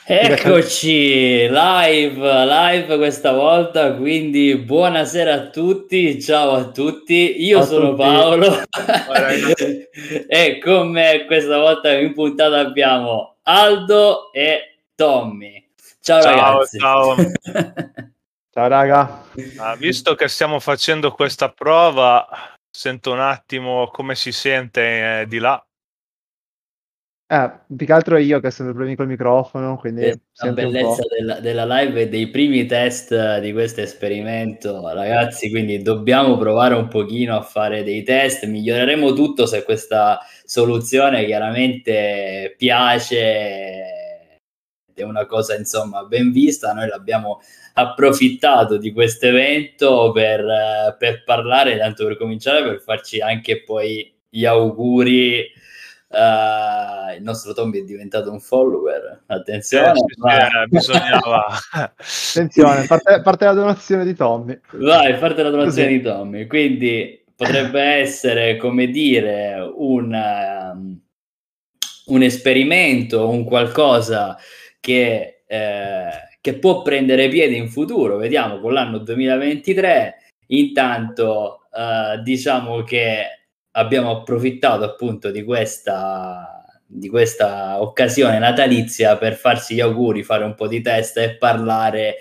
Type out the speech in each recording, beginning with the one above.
Eccoci live questa volta, quindi buonasera a tutti, ciao a tutti, io Ciao a sono tutti. Paolo Ragazzi. e con me questa volta in puntata abbiamo Aldo e Tommy. Ciao Ciao, ragazzi. ciao. Ciao raga. Visto che stiamo facendo questa prova, sento un attimo come si sente di là. Più che altro io che ho sempre problemi col microfono, quindi La senti un bellezza po'. della live e dei primi test di questo esperimento, ragazzi, quindi dobbiamo provare un pochino a fare dei test, miglioreremo tutto se questa soluzione chiaramente piace, è una cosa insomma ben vista. Noi l'abbiamo approfittato di questo evento per parlare, tanto per cominciare, per farci anche poi gli auguri. Il nostro Tommy è diventato un follower, attenzione, Sì, bisognava. Attenzione, parte la donazione di Tommy. vai, parte la donazione Così. di Tommy, quindi potrebbe essere, come dire, un esperimento, un qualcosa che può prendere piede in futuro, vediamo con l'anno 2023. Intanto diciamo che abbiamo approfittato appunto di questa occasione natalizia per farsi gli auguri, fare un po' di test e parlare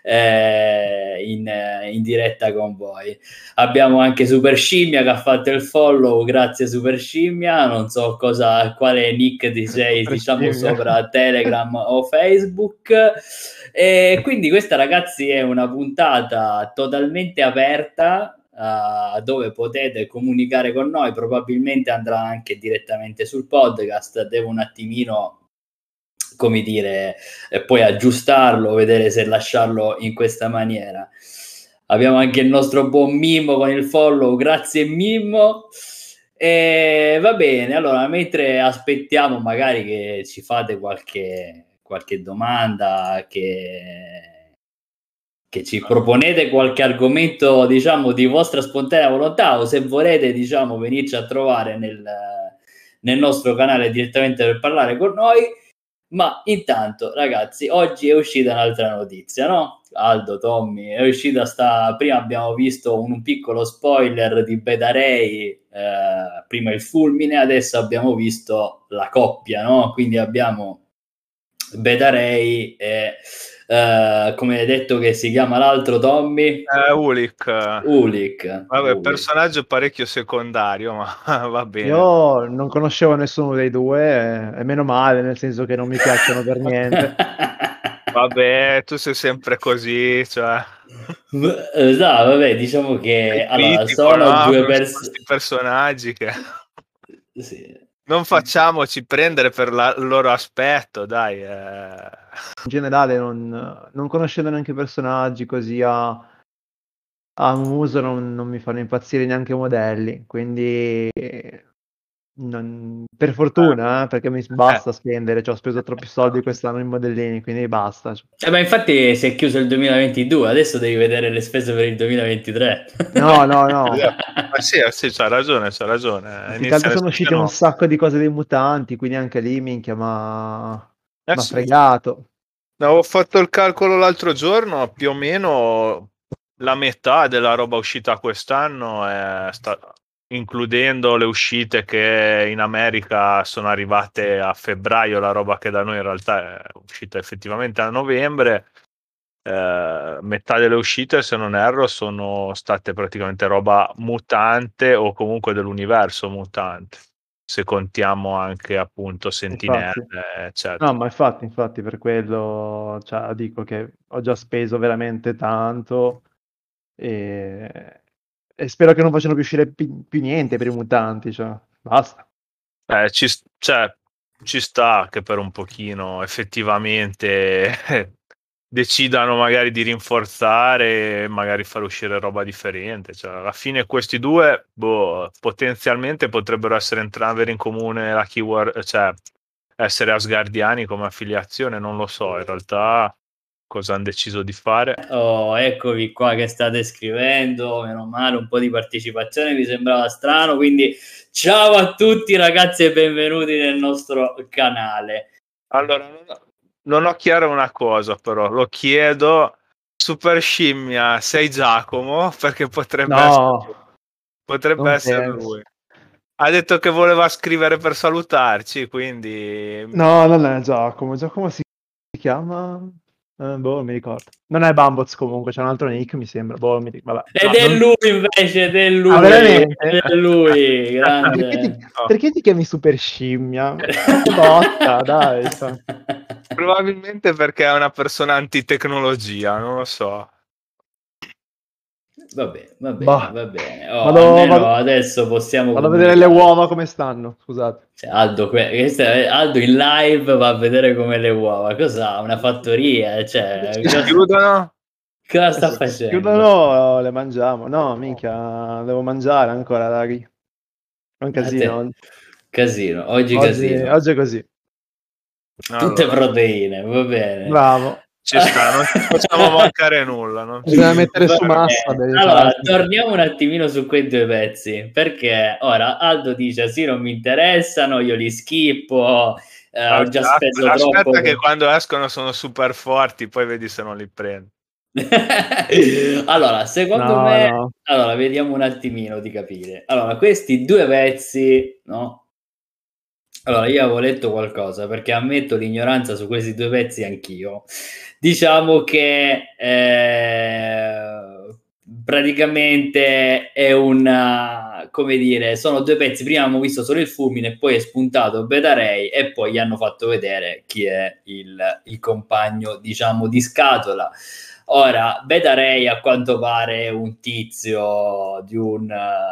in diretta con voi. Abbiamo anche Super Scimmia che ha fatto il follow, grazie Super Scimmia, non so quale nick ti sei, diciamo, sopra Telegram o Facebook. E quindi questa, ragazzi, è una puntata totalmente aperta, dove potete comunicare con noi, probabilmente andrà anche direttamente sul podcast, devo un attimino, come dire, poi aggiustarlo, vedere se lasciarlo in questa maniera. Abbiamo anche il nostro buon Mimmo con il follow, grazie Mimmo. E va bene, allora mentre aspettiamo magari che ci fate qualche domanda, che ci proponete qualche argomento, diciamo, di vostra spontanea volontà, o se volete, diciamo, venirci a trovare nel nostro canale direttamente per parlare con noi. Ma intanto, ragazzi, oggi è uscita un'altra notizia, no? Aldo, Tommy, è uscita prima abbiamo visto un piccolo spoiler di Beta Ray, prima il fulmine, adesso abbiamo visto la coppia, no? Quindi abbiamo Beta Ray e come hai detto che si chiama l'altro, Tommy? Ulic. Vabbè, personaggio parecchio secondario, ma va bene. Io non conoscevo nessuno dei due, e meno male, nel senso che non mi piacciono per niente. Vabbè, tu sei sempre così, cioè. No, vabbè, diciamo Sei che allora critico, sono no? due Questi personaggi che sì. non facciamoci prendere per il loro aspetto, dai. In generale, non conoscendo neanche personaggi così a muso, non mi fanno impazzire neanche i modelli, quindi per fortuna, perché mi basta spendere, ho speso troppi soldi quest'anno in modellini, quindi basta. Ma infatti si è chiuso il 2022, adesso devi vedere le spese per il 2023. No. Ma sì, c'ha ragione. Più che altro Inizia le sono spese uscite un nuove. sacco di cose dei mutanti, quindi anche lì, minchia, m'ha Sì. fregato. Avevo fatto il calcolo l'altro giorno, più o meno la metà della roba uscita quest'anno includendo le uscite che in America sono arrivate a febbraio, la roba che da noi in realtà è uscita effettivamente a novembre. Metà delle uscite, se non erro, sono state praticamente roba mutante o comunque dell'universo mutante, se contiamo anche appunto sentinelle, Infatti. eccetera. No, ma infatti per quello, cioè, dico che ho già speso veramente tanto e spero che non facciano più uscire più niente per i mutanti, cioè, basta. Ci sta che per un pochino effettivamente decidano magari di rinforzare e magari far uscire roba differente. Cioè, alla fine questi due potenzialmente potrebbero avere in comune la keyword, cioè essere asgardiani come affiliazione, non lo so in realtà cosa hanno deciso di fare. Oh, eccovi qua che state scrivendo, meno male, un po' di partecipazione mi sembrava strano, quindi ciao a tutti ragazzi e benvenuti nel nostro canale. Allora, non ho chiaro una cosa, però lo chiedo. Super Scimmia, sei Giacomo? Perché potrebbe non essere penso. lui. Ha detto che voleva scrivere per salutarci, quindi... No, non è Giacomo. Giacomo si chiama... boh, non mi ricordo. Non è Bamboz comunque, c'è un altro nick, mi sembra. Boh, vabbè. Ed è lui invece, ed è lui. Ah, veramente? Ed è lui, grande. Perché ti chiami Super Scimmia? Che botta, dai. Probabilmente perché è una persona antitecnologia, non lo so. Va bene, Bah. va bene. Almeno adesso possiamo vado a vedere le uova come stanno, scusate. Cioè, Aldo in live va a vedere come le uova. Cos'ha? Una fattoria? Cioè, chiudono? Cosa sta facendo? Chiudono, le mangiamo. No, minchia, devo mangiare ancora, raghi. È un casino. Casino, oggi casino. Oggi è così. Tutte proteine, va bene. Bravo. Ci sta, non ci facciamo mancare nulla. Bisogna mettere su massa. Allora, torniamo un attimino su quei due pezzi, perché ora Aldo dice sì, non mi interessano, io li schippo, ho già speso troppo. Aspetta che quando escono sono super forti, poi vedi se non li prendo. Allora, secondo me, allora, vediamo un attimino di capire. Allora, questi due pezzi, no? Allora, io avevo letto qualcosa, perché ammetto l'ignoranza su questi due pezzi anch'io. Diciamo che praticamente è una, come dire, sono due pezzi. Prima abbiamo visto solo il fulmine, poi è spuntato Beta Ray e poi gli hanno fatto vedere chi è il compagno, diciamo, di scatola. Ora, Beta Ray a quanto pare è un tizio di un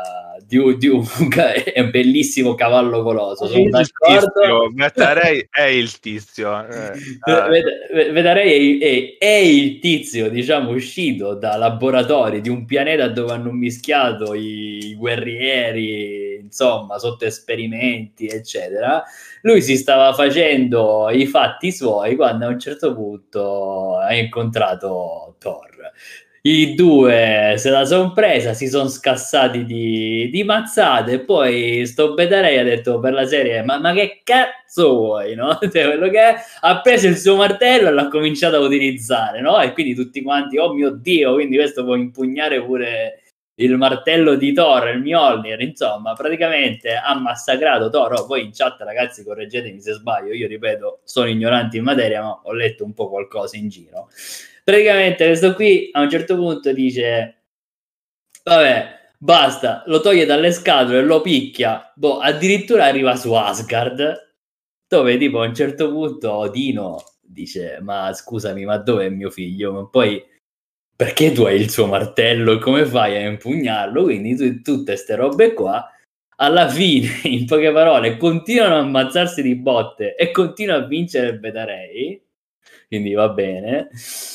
è un bellissimo cavallo coloso. Sono d'accordo. Beta Ray è il tizio. Beta Ray è il tizio, diciamo, uscito da laboratori di un pianeta dove hanno mischiato i guerrieri, insomma, sotto esperimenti, eccetera. Lui si stava facendo i fatti suoi quando a un certo punto ha incontrato Thor. I due se la sono presa, si sono scassati di mazzate e poi sto Beta Ray ha detto per la serie ma che cazzo vuoi, no? Cioè, quello che è, ha preso il suo martello e l'ha cominciato a utilizzare, no? E quindi tutti quanti, oh mio Dio, quindi questo può impugnare pure il martello di Thor, il Mjolnir, insomma, praticamente ha massacrato Thor. Poi in chat, ragazzi, correggetemi se sbaglio, io ripeto, sono ignorante in materia, ma ho letto un po' qualcosa in giro. Praticamente questo qui a un certo punto dice vabbè, basta, lo toglie dalle scatole, lo picchia, boh, addirittura arriva su Asgard, dove tipo a un certo punto Odino dice ma scusami, ma dov'è mio figlio? Ma poi perché tu hai il suo martello, come fai a impugnarlo? Quindi tutte queste robe qua, alla fine, in poche parole, continuano a ammazzarsi di botte e continua a vincere il Beta Ray, quindi va bene.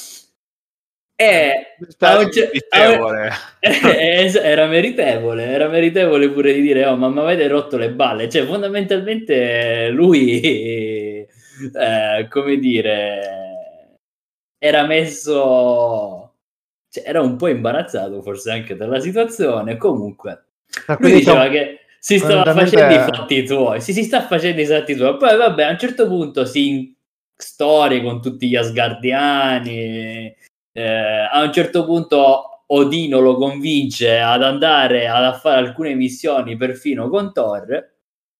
Era meritevole pure di dire oh ma mi avete rotto le balle, cioè fondamentalmente lui come dire era messo, cioè, era un po' imbarazzato forse anche dalla situazione. Comunque lui diceva che si stava facendo i fatti tuoi, si sta facendo i fatti tuoi, poi vabbè a un certo punto si storie con tutti gli asgardiani, a un certo punto Odino lo convince ad andare a fare alcune missioni perfino con Thor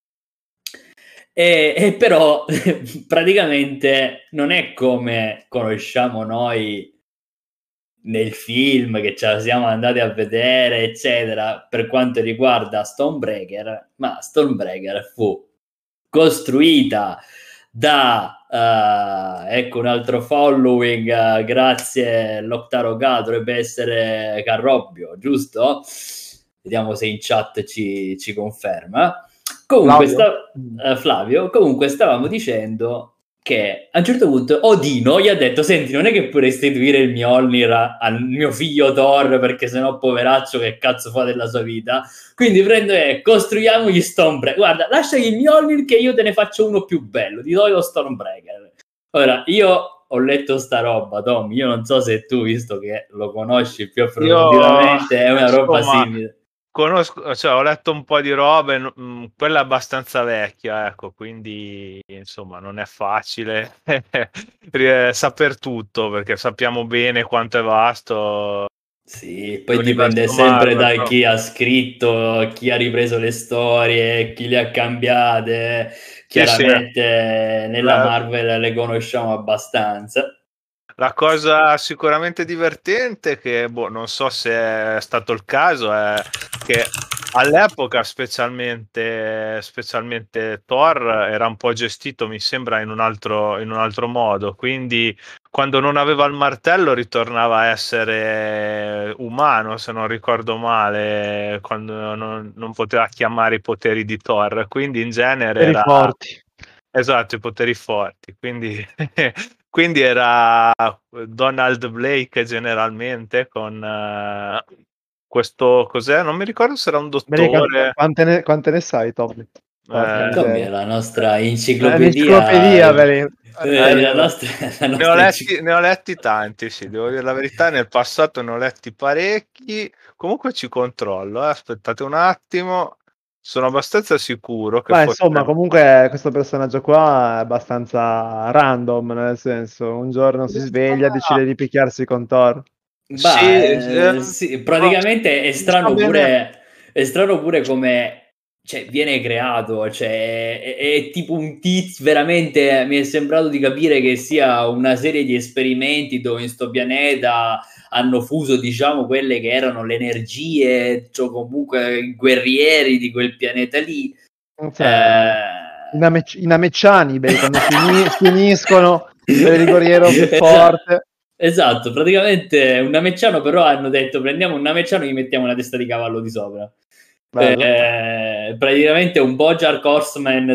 e però praticamente non è come conosciamo noi nel film che ce la siamo andati a vedere eccetera per quanto riguarda Stormbreaker, ma Stormbreaker fu costruita da ecco un altro following, grazie Loctaroga, dovrebbe essere Carrobbio, giusto? Vediamo se in chat ci conferma. Comunque Flavio, comunque stavamo dicendo che a un certo punto Odino gli ha detto senti non è che puoi restituire il Mjolnir al mio figlio Thor perché sennò poveraccio che cazzo fa della sua vita, quindi prendo e costruiamo gli Stormbreaker, guarda lasciagli il Mjolnir che io te ne faccio uno più bello, ti do lo Stormbreaker. Ora io ho letto sta roba Tom, io non so se tu visto che lo conosci più approfonditamente è una roba simile. conosco, cioè, ho letto un po' di robe, quella è abbastanza vecchia, ecco, quindi insomma non è facile saper tutto, perché sappiamo bene quanto è vasto Sì, poi dipende l'universo sempre Marvel, da però. chi ha scritto, chi ha ripreso le storie, chi le ha cambiate. Sì, sì. Chiaramente nella Marvel le conosciamo abbastanza. La cosa sicuramente divertente, che non so se è stato il caso, è che all'epoca specialmente Thor era un po' gestito, mi sembra, in un altro modo, quindi quando non aveva il martello ritornava a essere umano, se non ricordo male, quando non poteva chiamare i poteri di Thor, quindi in genere Per i era... forti. Esatto, i poteri forti, quindi, quindi era Donald Blake generalmente con questo cos'è? Non mi ricordo se era un dottore. Quante ne sai, Tommy? Porca Tommy è miseria. la nostra L'enciclopedia, la Io nostra, la ne ho nostra letti tanti, sì, devo dire la verità, nel passato ne ho letti parecchi, comunque ci controllo, aspettate un attimo, sono abbastanza sicuro che Ma fosse... insomma, comunque questo personaggio qua è abbastanza random, nel senso, un giorno si sveglia e decide di picchiarsi con Thor. Sì, sì, praticamente è strano pure come, cioè, viene creato, cioè, è tipo un tizio, veramente mi è sembrato di capire che sia una serie di esperimenti dove in sto pianeta hanno fuso, diciamo, quelle che erano le energie, cioè comunque i guerrieri di quel pianeta lì. Cioè, i namecciani, quando si uniscono per il guerriero più forte. Esatto, praticamente un namecciano, però hanno detto prendiamo un namecciano e gli mettiamo una testa di cavallo di sopra. Praticamente un Bojack Horseman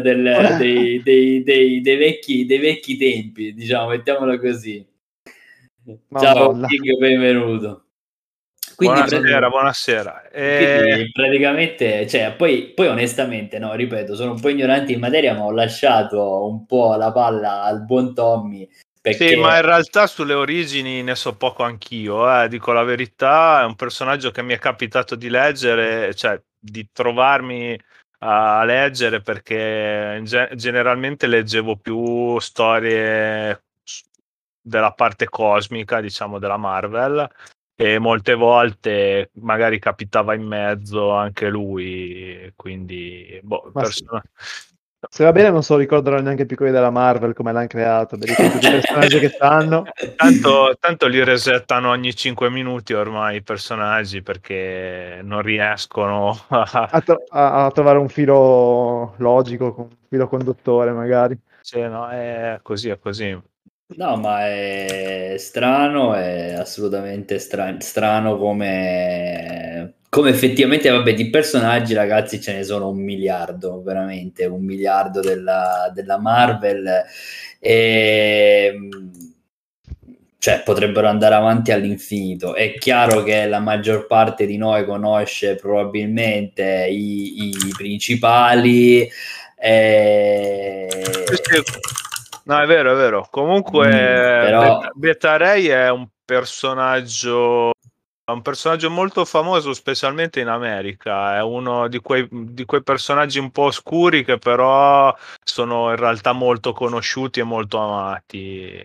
dei vecchi tempi, diciamo, mettiamolo così. Ciao, Madonna. King, benvenuto. Quindi, buonasera. quindi praticamente, cioè, poi onestamente, no, ripeto, sono un po' ignorante in materia, ma ho lasciato un po' la palla al buon Tommy. Perché... Sì, ma in realtà sulle origini ne so poco anch'io, dico la verità, è un personaggio che mi è capitato di leggere, cioè di trovarmi a leggere, perché generalmente leggevo più storie della parte cosmica, diciamo, della Marvel, e molte volte magari capitava in mezzo anche lui, quindi se va bene non so ricordano neanche più quelli della Marvel come l'hanno creato, con tutti i personaggi che stanno. Tanto li resettano ogni 5 minuti ormai i personaggi, perché non riescono a trovare un filo logico, un filo conduttore magari. Cioè, no, è così, è così. No, ma è strano, è assolutamente strano come effettivamente, vabbè, di personaggi, ragazzi, ce ne sono un miliardo, veramente, un miliardo della Marvel, e cioè potrebbero andare avanti all'infinito. È chiaro che la maggior parte di noi conosce probabilmente i principali. No, è vero, è vero. Comunque, però... Beta Ray è un personaggio molto famoso, specialmente in America. È uno di quei personaggi un po' oscuri che però sono in realtà molto conosciuti e molto amati.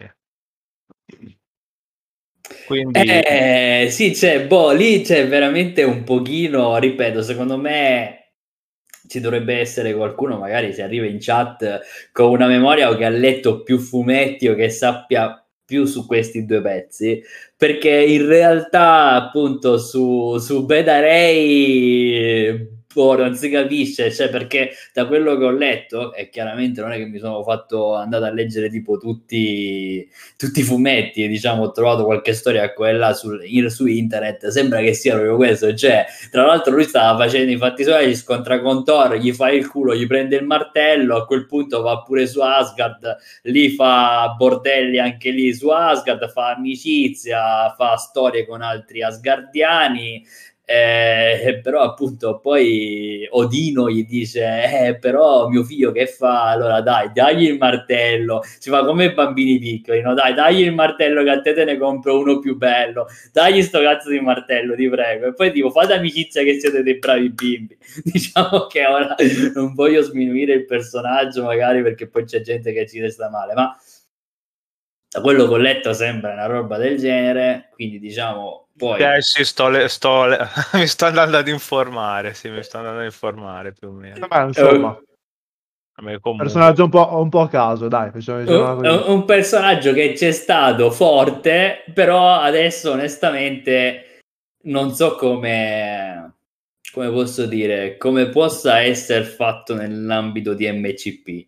Quindi sì, lì c'è veramente un pochino, ripeto, secondo me ci dovrebbe essere qualcuno, magari se arriva in chat con una memoria o che ha letto più fumetti o che sappia più su questi due pezzi, perché in realtà appunto su Beta Ray non si capisce, cioè, perché da quello che ho letto, e chiaramente non è che mi sono andato a leggere tipo tutti i fumetti, diciamo, ho trovato qualche storia quella su internet, sembra che sia proprio questo, cioè, tra l'altro lui stava facendo i fatti suoi, si scontra con Thor, gli fa il culo, gli prende il martello, a quel punto va pure su Asgard, lì fa bordelli anche lì su Asgard, fa amicizia, fa storie con altri asgardiani, Però appunto poi Odino gli dice però mio figlio che fa? Allora dagli il martello, si fa come i bambini piccoli, no? Dagli il martello che a te ne compro uno più bello, dagli sto cazzo di martello, ti prego. E poi tipo fate amicizia che siete dei bravi bimbi. Diciamo che ora non voglio sminuire il personaggio magari perché poi c'è gente che ci resta male, ma da quello che ho letto sembra una roba del genere, quindi diciamo poi... Sì, mi sto andando ad informare, sì, mi sto andando ad informare più o meno. Ma insomma, personaggio un po' a caso, dai, un personaggio che c'è stato forte, però adesso onestamente non so come posso dire, come possa essere fatto nell'ambito di MCP.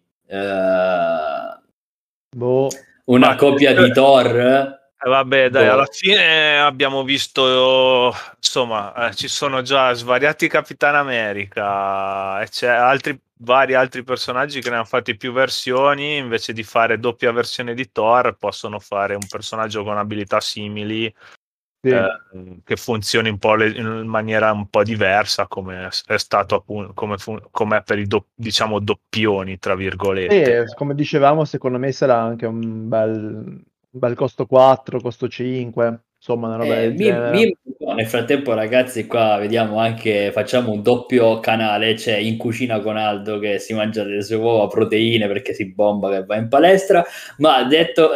Una copia di Thor. Vabbè, dai, alla fine abbiamo visto, insomma, ci sono già svariati Capitan America e c'è vari altri personaggi che ne hanno fatti più versioni, invece di fare doppia versione di Thor, possono fare un personaggio con abilità simili, che funzioni un po' in maniera un po' diversa, come è stato appunto, come per i diciamo doppioni, tra virgolette. Come dicevamo, secondo me sarà anche un bel costo 4, costo 5, insomma una roba del genere. Nel frattempo ragazzi qua vediamo anche, facciamo un doppio canale, c'è In Cucina con Aldo che si mangia le sue uova, proteine perché si bomba che va in palestra, ma detto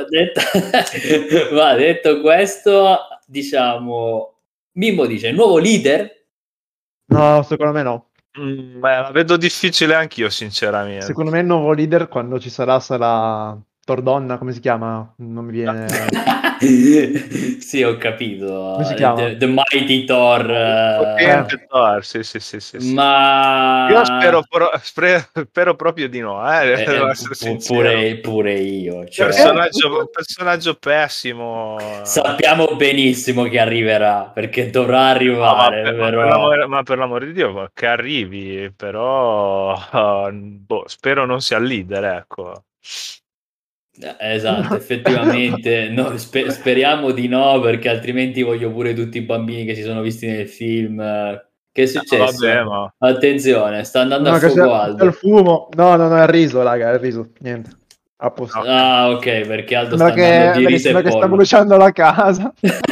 questo, diciamo, Mimmo dice nuovo leader? No, secondo me no. La vedo difficile anch'io, sinceramente. Secondo me il nuovo leader quando ci sarà Tordonna, come si chiama? Non mi viene. Sì, ho capito. Come si chiama? The Mighty Thor. Thor, sì. Ma io spero proprio di no, devo essere sincero. Pure io. Cioè... Personaggio pessimo. Sappiamo benissimo che arriverà, perché dovrà arrivare. Ma per l'amore di Dio, che arrivi, però spero non sia il leader, ecco. Esatto, effettivamente no, speriamo di no, perché altrimenti voglio pure tutti i bambini che si sono visti nel film. Che è successo? Vabbè, ma... Attenzione, sta andando a fuoco Aldo. Il fumo. No, è il riso, raga, è il riso. Niente. A posto. Ah, ok, perché Aldo sta andando di riso e che sta pollo. bruciando la casa.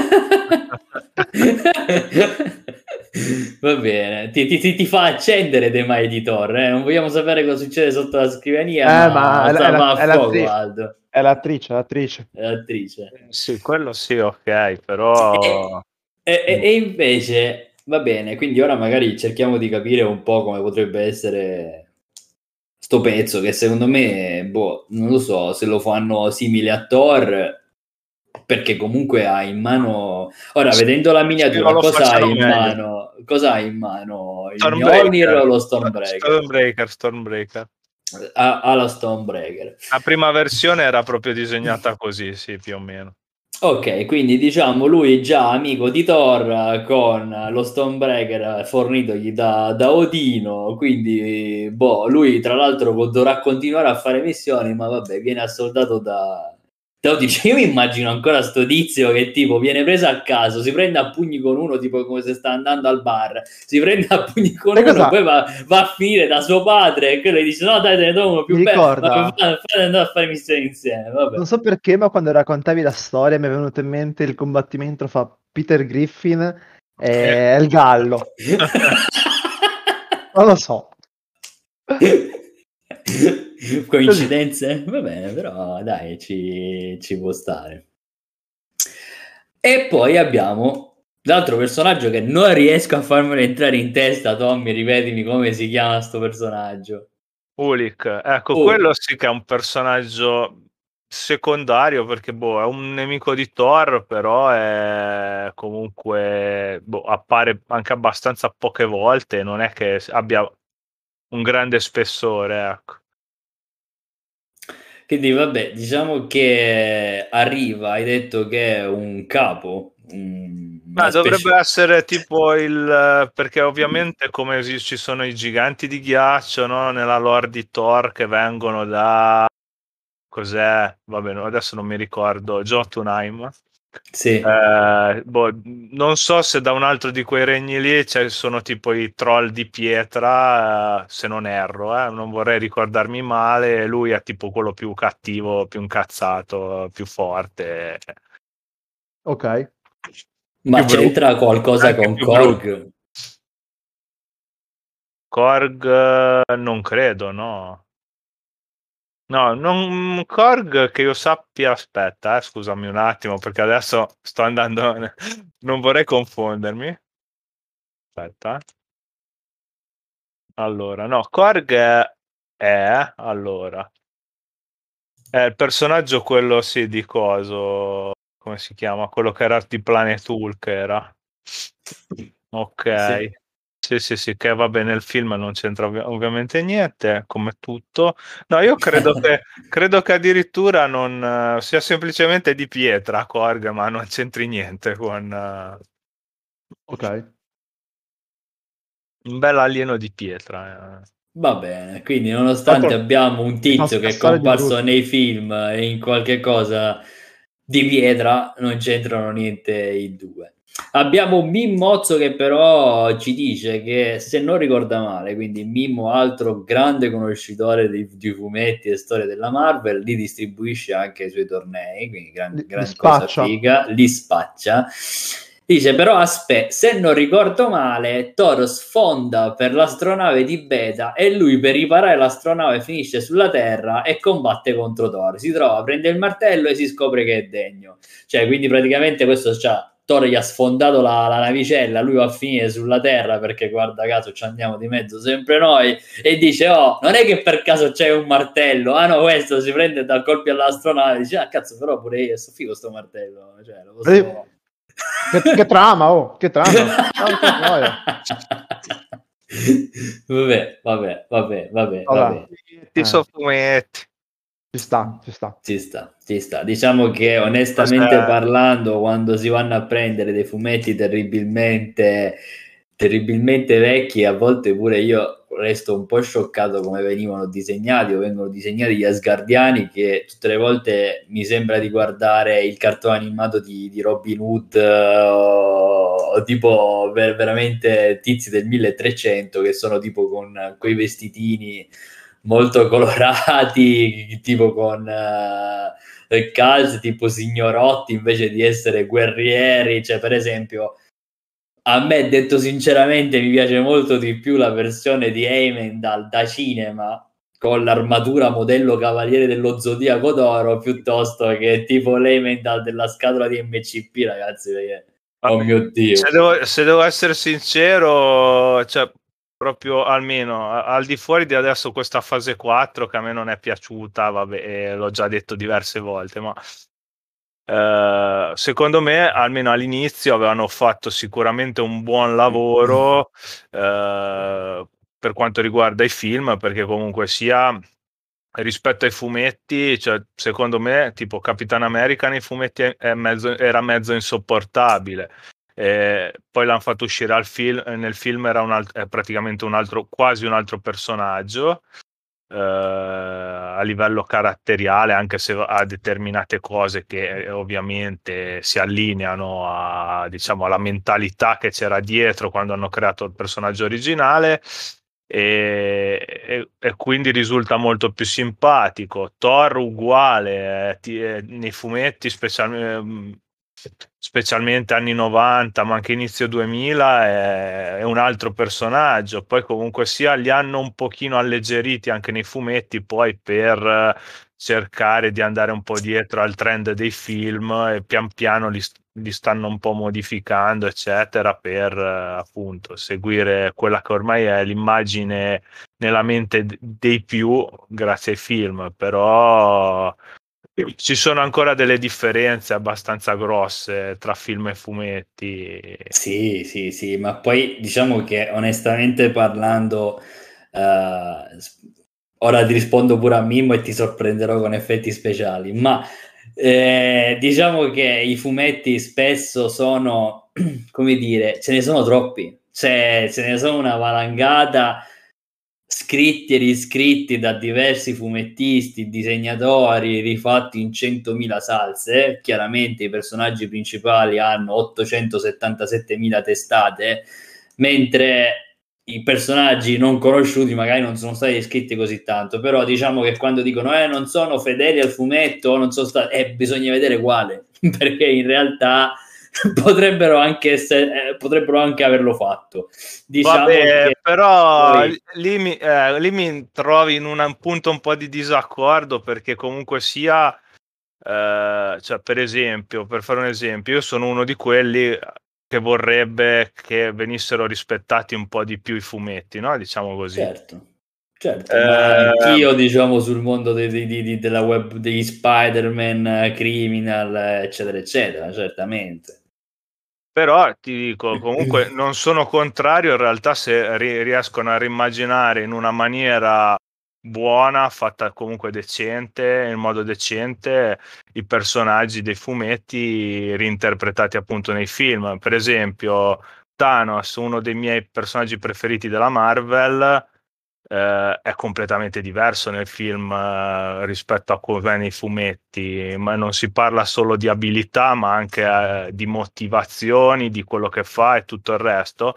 Va bene, ti fa accendere dei mai di Torre, non vogliamo sapere cosa succede sotto la scrivania, ma va a fuoco Aldo. È l'attrice. Sì, quello sì, ok, però... E invece, va bene, quindi ora magari cerchiamo di capire un po' come potrebbe essere sto pezzo, che secondo me, non lo so, se lo fanno simile a Thor... perché comunque ha in mano, ora vedendo la miniatura, cosa ha in mano? Il Mjolnir o lo Stormbreaker? Stormbreaker. Ha la Stormbreaker. La prima versione era proprio disegnata così, sì, più o meno. Ok, quindi diciamo lui già amico di Thor con lo Stormbreaker fornitogli da Odino, quindi lui tra l'altro dovrà continuare a fare missioni, ma vabbè, viene assoldato da Odino. Io mi immagino ancora sto tizio che tipo viene preso a caso, si prende a pugni con uno, tipo come se sta andando al bar, si prende a pugni con uno, poi va a finire da suo padre e quello gli dice no dai te ne do uno più bello, fate andare a fare missioni insieme. Vabbè. Non so perché, ma quando raccontavi la storia mi è venuto in mente il combattimento fra Peter Griffin e il gallo. Non lo so. Coincidenze? Va bene, però dai, ci può stare. E poi abbiamo l'altro personaggio che non riesco a farmelo entrare in testa. Tommy, ripetimi come si chiama sto personaggio. Ulik, ecco, quello sì che è un personaggio secondario, perché è un nemico di Thor, però è comunque appare anche abbastanza poche volte, non è che abbia un grande spessore, ecco. Quindi vabbè, diciamo che arriva, hai detto che è un capo. Ma dovrebbe essere tipo perché ovviamente come ci sono i giganti di ghiaccio, no? Nella lore di Thor, che vengono da cos'è? Vabbè, adesso non mi ricordo, Jotunheim. Sì. Non so se da un altro di quei regni lì sono tipo i troll di pietra, se non erro, non vorrei ricordarmi male. Lui è tipo quello più cattivo, più incazzato, più forte, Ok. Ma più brutto, c'entra qualcosa anche con più brutto. Korg? Korg non credo, no. No, non Korg che io sappia, aspetta, scusami un attimo perché adesso sto andando, non vorrei confondermi. Aspetta. Allora, no, Korg allora, è il personaggio quello sì di coso, come si chiama? Quello che era di Planet Hulk era. Ok. Sì. Sì, che va bene, nel film non c'entra ovviamente niente, come tutto. No, io credo che addirittura non sia semplicemente di pietra Korg, ma non c'entri niente con Ok. un bel alieno di pietra. Va bene, quindi Tra nonostante l'altro abbiamo un mi fa tizio che è scassare di comparso brutto. nei film e in qualche cosa di pietra, non c'entrano niente i due. Abbiamo un Mimmozzo che però ci dice che, se non ricorda male, quindi Mimmo, altro grande conoscitore di fumetti e storie della Marvel, li distribuisce anche ai suoi tornei, quindi Li gran cosa spaccia. figa, li spaccia. Dice però, aspetta, se non ricordo male, Thor sfonda per l'astronave di Beta e lui, per riparare l'astronave, finisce sulla Terra e combatte contro Thor. Si trova, prende il martello e si scopre che è degno. Cioè, quindi praticamente questo, cioè, Thor gli ha sfondato la navicella, lui va a finire sulla Terra perché, guarda caso, ci andiamo di mezzo sempre noi, e dice, oh, non è che per caso c'è un martello, ah no, questo si prende da colpi all'astronave, dice, ah cazzo, però pure io sto figo sto martello, cioè, lo posso... Che trama, oh, che trama. Porca troia. Vabbè. Allora, Ti so fumetti. ci sta, ci sta. Ci sta. Diciamo che, onestamente Cos'è? parlando, quando si vanno a prendere dei fumetti terribilmente vecchi, a volte pure io resto un po' scioccato come venivano disegnati o vengono disegnati gli Asgardiani, che tutte le volte mi sembra di guardare il cartone animato di Robin Hood, o tipo veramente tizi del 1300 che sono tipo con quei vestitini molto colorati, tipo con calze tipo signorotti, invece di essere guerrieri. Cioè, per esempio, a me, detto sinceramente, mi piace molto di più la versione di Heimdall da cinema con l'armatura modello Cavaliere dello Zodiaco d'Oro, piuttosto che tipo l'Heimdall della scatola di MCP, ragazzi, perché... oh mio Dio. Se devo essere sincero, cioè, proprio almeno al di fuori di adesso questa fase 4 che a me non è piaciuta, vabbè, l'ho già detto diverse volte, ma secondo me almeno all'inizio avevano fatto sicuramente un buon lavoro per quanto riguarda i film, perché comunque sia rispetto ai fumetti, cioè, secondo me tipo Capitan America nei fumetti era mezzo insopportabile. Poi l'hanno fatto uscire nel film era è praticamente quasi un altro personaggio a livello caratteriale, anche se ha determinate cose che ovviamente si allineano diciamo, alla mentalità che c'era dietro quando hanno creato il personaggio originale. E quindi risulta molto più simpatico. Thor uguale, nei fumetti specialmente anni 90 ma anche inizio 2000 è un altro personaggio. Poi comunque sia li hanno un pochino alleggeriti anche nei fumetti poi per cercare di andare un po' dietro al trend dei film e pian piano li stanno un po' modificando eccetera per appunto seguire quella che ormai è l'immagine nella mente dei più grazie ai film. Però ci sono ancora delle differenze abbastanza grosse tra film e fumetti. Sì, ma poi diciamo che, onestamente parlando, ora ti rispondo pure a Mimmo e ti sorprenderò con effetti speciali, ma diciamo che i fumetti spesso sono, come dire, ce ne sono troppi, cioè ce ne sono una valangata. scritti e riscritti da diversi fumettisti, disegnatori, rifatti in 100.000 salse. Chiaramente i personaggi principali hanno 877.000 testate, mentre i personaggi non conosciuti magari non sono stati scritti così tanto. Però diciamo che quando dicono non sono fedeli al fumetto, non sono stati, bisogna vedere quale, perché in realtà potrebbero anche averlo fatto. Diciamo. Vabbè, che però poi... lì mi trovi in un punto un po' di disaccordo, perché comunque sia, cioè, per esempio, per fare un esempio, io sono uno di quelli che vorrebbe che venissero rispettati un po' di più i fumetti, no? Diciamo così. Certo, ma anch'io, diciamo, sul mondo della web, degli Spider-Man, Criminal, eccetera, eccetera, certamente. Però ti dico, comunque non sono contrario in realtà se riescono a rimmaginare in una maniera buona, fatta comunque decente, in modo decente, i personaggi dei fumetti reinterpretati appunto nei film. Per esempio, Thanos, uno dei miei personaggi preferiti della Marvel, è completamente diverso nel film rispetto a come nei fumetti, ma non si parla solo di abilità, ma anche di motivazioni, di quello che fa e tutto il resto.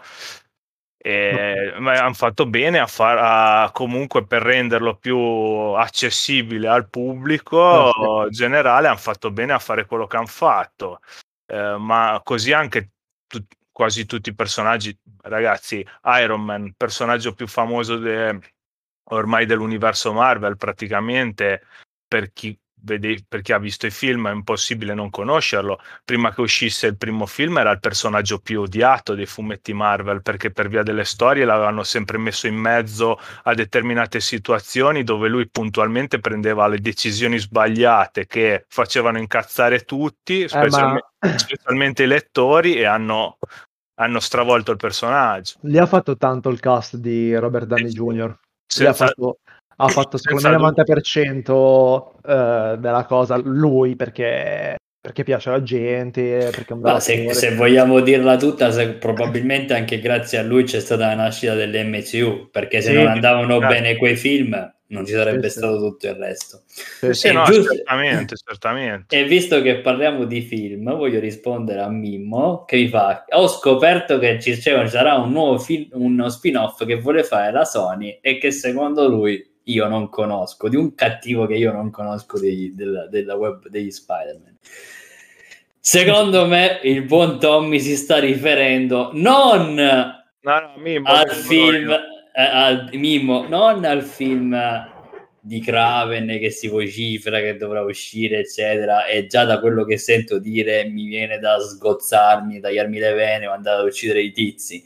Ma hanno fatto bene comunque, per renderlo più accessibile al pubblico generale, hanno fatto bene a fare quello che hanno fatto. Ma così anche quasi tutti i personaggi, ragazzi. Iron Man, personaggio più famoso ormai dell'universo Marvel, praticamente, per chi ha visto i film è impossibile non conoscerlo. Prima che uscisse il primo film era il personaggio più odiato dei fumetti Marvel, perché per via delle storie l'avevano sempre messo in mezzo a determinate situazioni dove lui puntualmente prendeva le decisioni sbagliate che facevano incazzare tutti, specialmente i lettori, e hanno stravolto il personaggio. Lì ha fatto tanto il cast di Robert Downey Jr. Ha fatto secondo me il 90% della cosa lui, perché piace alla gente, perché è un bravo attore. Se vogliamo dirla tutta, probabilmente anche grazie a lui c'è stata la nascita dell'MCU, perché se non andavano bene quei film non ci sarebbe stato tutto il resto. Certamente. E visto che parliamo di film, voglio rispondere a Mimmo che mi fa: ho scoperto che ci sarà un nuovo film, uno spin-off che vuole fare la Sony e che secondo lui io non conosco, di un cattivo che io non conosco della web degli Spider-Man. Secondo me il buon Tommy si sta riferendo non al film Mimmo, non al film di Kraven che si vocifera che dovrà uscire, eccetera, e già da quello che sento dire mi viene da sgozzarmi, tagliarmi le vene o andare ad uccidere i tizi.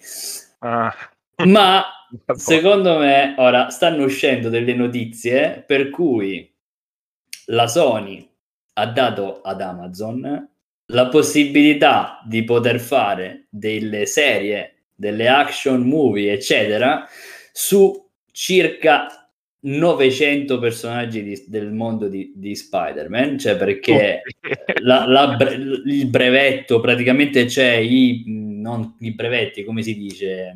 Ma secondo me ora stanno uscendo delle notizie per cui la Sony ha dato ad Amazon la possibilità di poter fare delle serie, delle action movie, eccetera, su circa 900 personaggi del mondo di Spider-Man, cioè perché il brevetto praticamente c'è, non i brevetti, come si dice,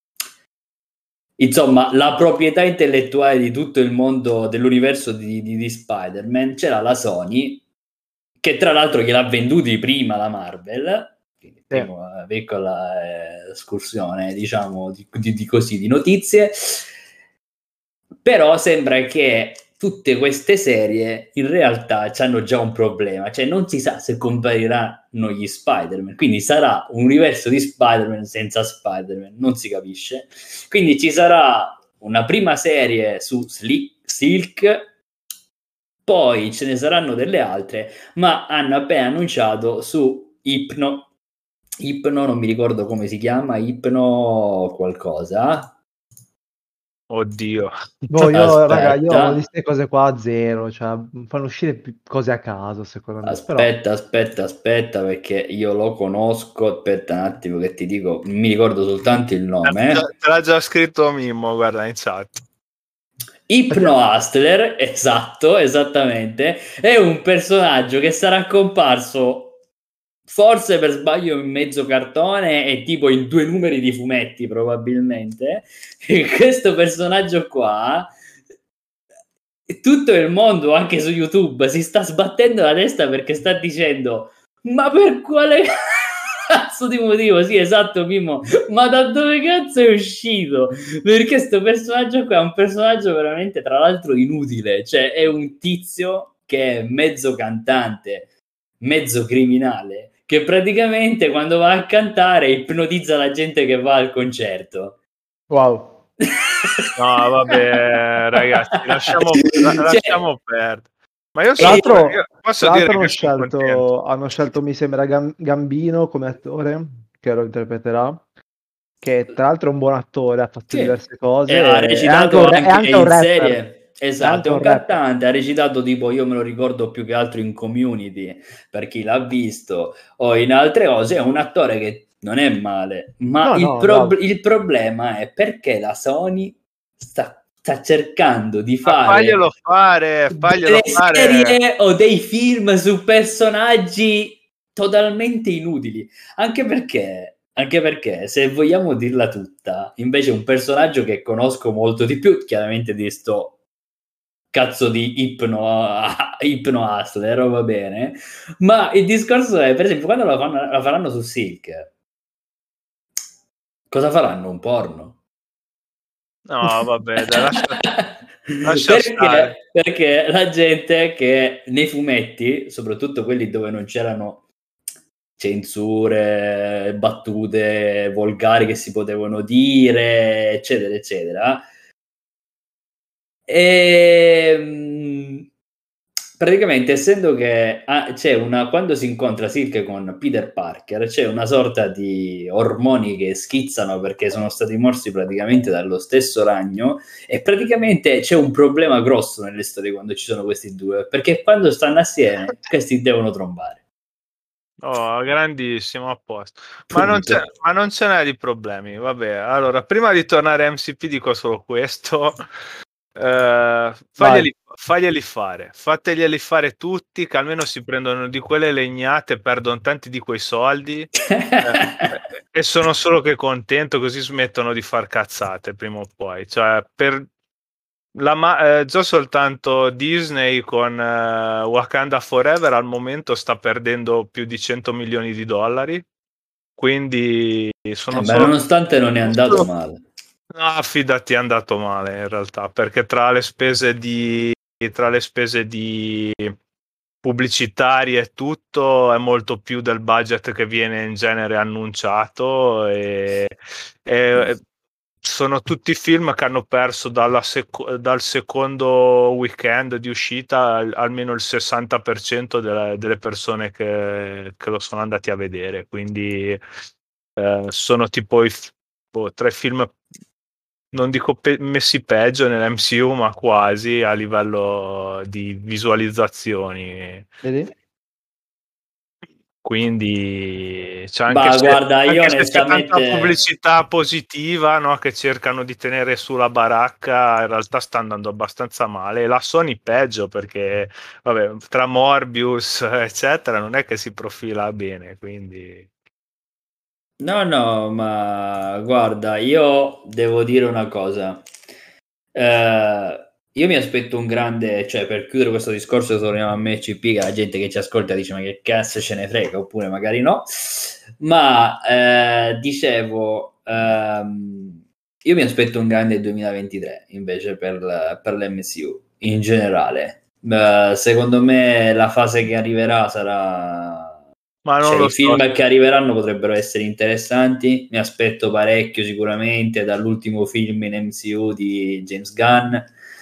insomma la proprietà intellettuale di tutto il mondo dell'universo di Spider-Man c'era la Sony, che tra l'altro gliel'ha venduti prima la Marvel, quindi piccola escursione, diciamo, di notizie. Però sembra che tutte queste serie in realtà hanno già un problema, cioè non si sa se compariranno gli Spider-Man, quindi sarà un universo di Spider-Man senza Spider-Man, non si capisce. Quindi ci sarà una prima serie su Silk, poi ce ne saranno delle altre, ma hanno appena annunciato su Hypno, non mi ricordo come si chiama, Hypno qualcosa. Oddio. Raga, io di queste cose qua a zero, cioè fanno uscire cose a caso, secondo me. Aspetta, perché io lo conosco. Aspetta un attimo che ti dico, mi ricordo soltanto il nome. Te l'ha già scritto Mimmo, guarda in chat. Hypno Hustler, esattamente, è un personaggio che sarà comparso forse per sbaglio in mezzo cartone e tipo in 2 numeri di fumetti probabilmente, e questo personaggio qua, tutto il mondo anche su YouTube si sta sbattendo la testa perché sta dicendo ma per quale cazzo di motivo? Sì, esatto, Mimmo, ma da dove cazzo è uscito? Perché sto personaggio qua è un personaggio veramente, tra l'altro, inutile, cioè è un tizio che è mezzo cantante, mezzo criminale, che praticamente quando va a cantare ipnotizza la gente che va al concerto. Wow. No, vabbè, ragazzi, lasciamo perdere. Ma io Tra l'altro, posso dire che sono contento. hanno scelto, mi sembra, Gambino come attore, che lo interpreterà, che tra l'altro è un buon attore, ha fatto diverse cose. Ha recitato è anche in un rapper. serie. Esatto, è un rapper. cantante, ha recitato tipo, io me lo ricordo più che altro in Community, per chi l'ha visto, o in altre cose, è un attore che non è male, ma il problema è perché la Sony sta cercando di fare faglielo serie o dei film su personaggi totalmente inutili, anche perché se vogliamo dirla tutta, invece un personaggio che conosco molto di più, chiaramente di sto cazzo di Hypno Hustler, va bene, ma il discorso è, per esempio, quando la faranno su Silk, cosa faranno? Un porno? No, vabbè, dai, lascia stare. Perché la gente che nei fumetti, soprattutto quelli dove non c'erano censure, battute volgari che si potevano dire, eccetera, eccetera, praticamente, essendo che c'è quando si incontra Silk con Peter Parker, c'è una sorta di ormoni che schizzano perché sono stati morsi praticamente dallo stesso ragno, e praticamente c'è un problema grosso nelle storie quando ci sono questi due, perché quando stanno assieme questi devono trombare. Oh, grandissimo, a posto. Ma non ce n'è di problemi. Vabbè, allora, prima di tornare a MCP dico solo questo. Faglieli fare, fateglieli fare tutti, che almeno si prendono di quelle legnate, perdono tanti di quei soldi e sono solo che contento, così smettono di far cazzate prima o poi. Cioè, già soltanto Disney con Wakanda Forever al momento sta perdendo più di 100 milioni di dollari, quindi nonostante non è andato male. No, fidati, è andato male in realtà, perché tra le spese di pubblicitarie e tutto è molto più del budget che viene in genere annunciato, e sono tutti film che hanno perso dal secondo weekend di uscita almeno il 60% delle persone che lo sono andati a vedere, quindi sono tipo tre film, non dico messi peggio nell'MCU, ma quasi a livello di visualizzazioni. Vedi? Quindi c'è guarda, io anche se c'è onestamente tanta pubblicità positiva, no, che cercano di tenere sulla baracca, in realtà sta andando abbastanza male. E la Sony peggio, perché vabbè, tra Morbius eccetera non è che si profila bene, quindi no, ma guarda, io devo dire una cosa. Io mi aspetto un grande, cioè, per chiudere questo discorso torniamo a MCP, che la gente che ci ascolta dice ma che cazzo ce ne frega, oppure magari no, ma dicevo, io mi aspetto un grande 2023 invece per l'MCU in generale. Secondo me la fase che arriverà sarà, ma non lo i film che arriveranno potrebbero essere interessanti. Mi aspetto parecchio sicuramente dall'ultimo film in MCU di James Gunn,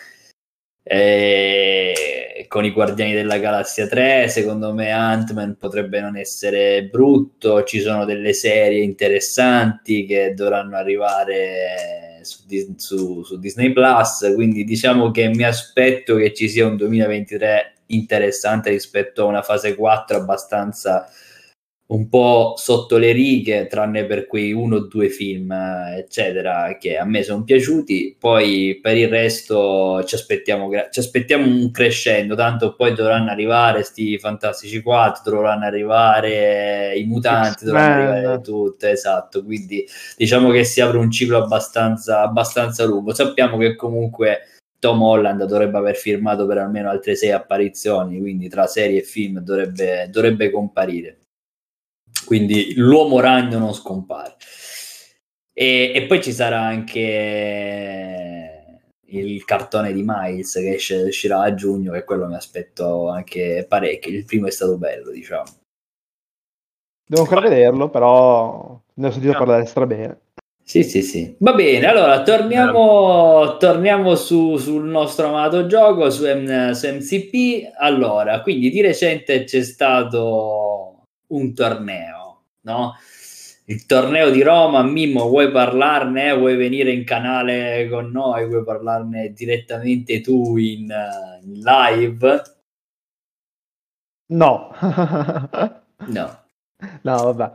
con i Guardiani della Galassia 3. Secondo me Ant-Man potrebbe non essere brutto, ci sono delle serie interessanti che dovranno arrivare su Disney Plus, quindi diciamo che mi aspetto che ci sia un 2023 interessante rispetto a una fase 4 abbastanza un po' sotto le righe, tranne per quei 1 o 2 film, eccetera, che a me sono piaciuti. Poi per il resto ci aspettiamo un crescendo, tanto poi dovranno arrivare sti Fantastici 4, dovranno arrivare i Mutanti, dovranno arrivare tutto, esatto, quindi diciamo che si apre un ciclo abbastanza lungo. Sappiamo che comunque Tom Holland dovrebbe aver firmato per almeno altre 6 apparizioni, quindi tra serie e film dovrebbe comparire. Quindi l'uomo ragno non scompare. E poi ci sarà anche il cartone di Miles che uscirà a giugno, che quello mi aspetto anche parecchio. Il primo è stato bello, diciamo. Devo ancora vederlo, però ne ho sentito parlare strabene. Sì. Va bene, allora torniamo sul nostro amato gioco, su MCP. Allora, quindi di recente c'è stato un torneo, no? Il torneo di Roma. Mimmo, vuoi parlarne? Vuoi venire in canale con noi? Vuoi parlarne direttamente tu in live? No. No. No, vabbè.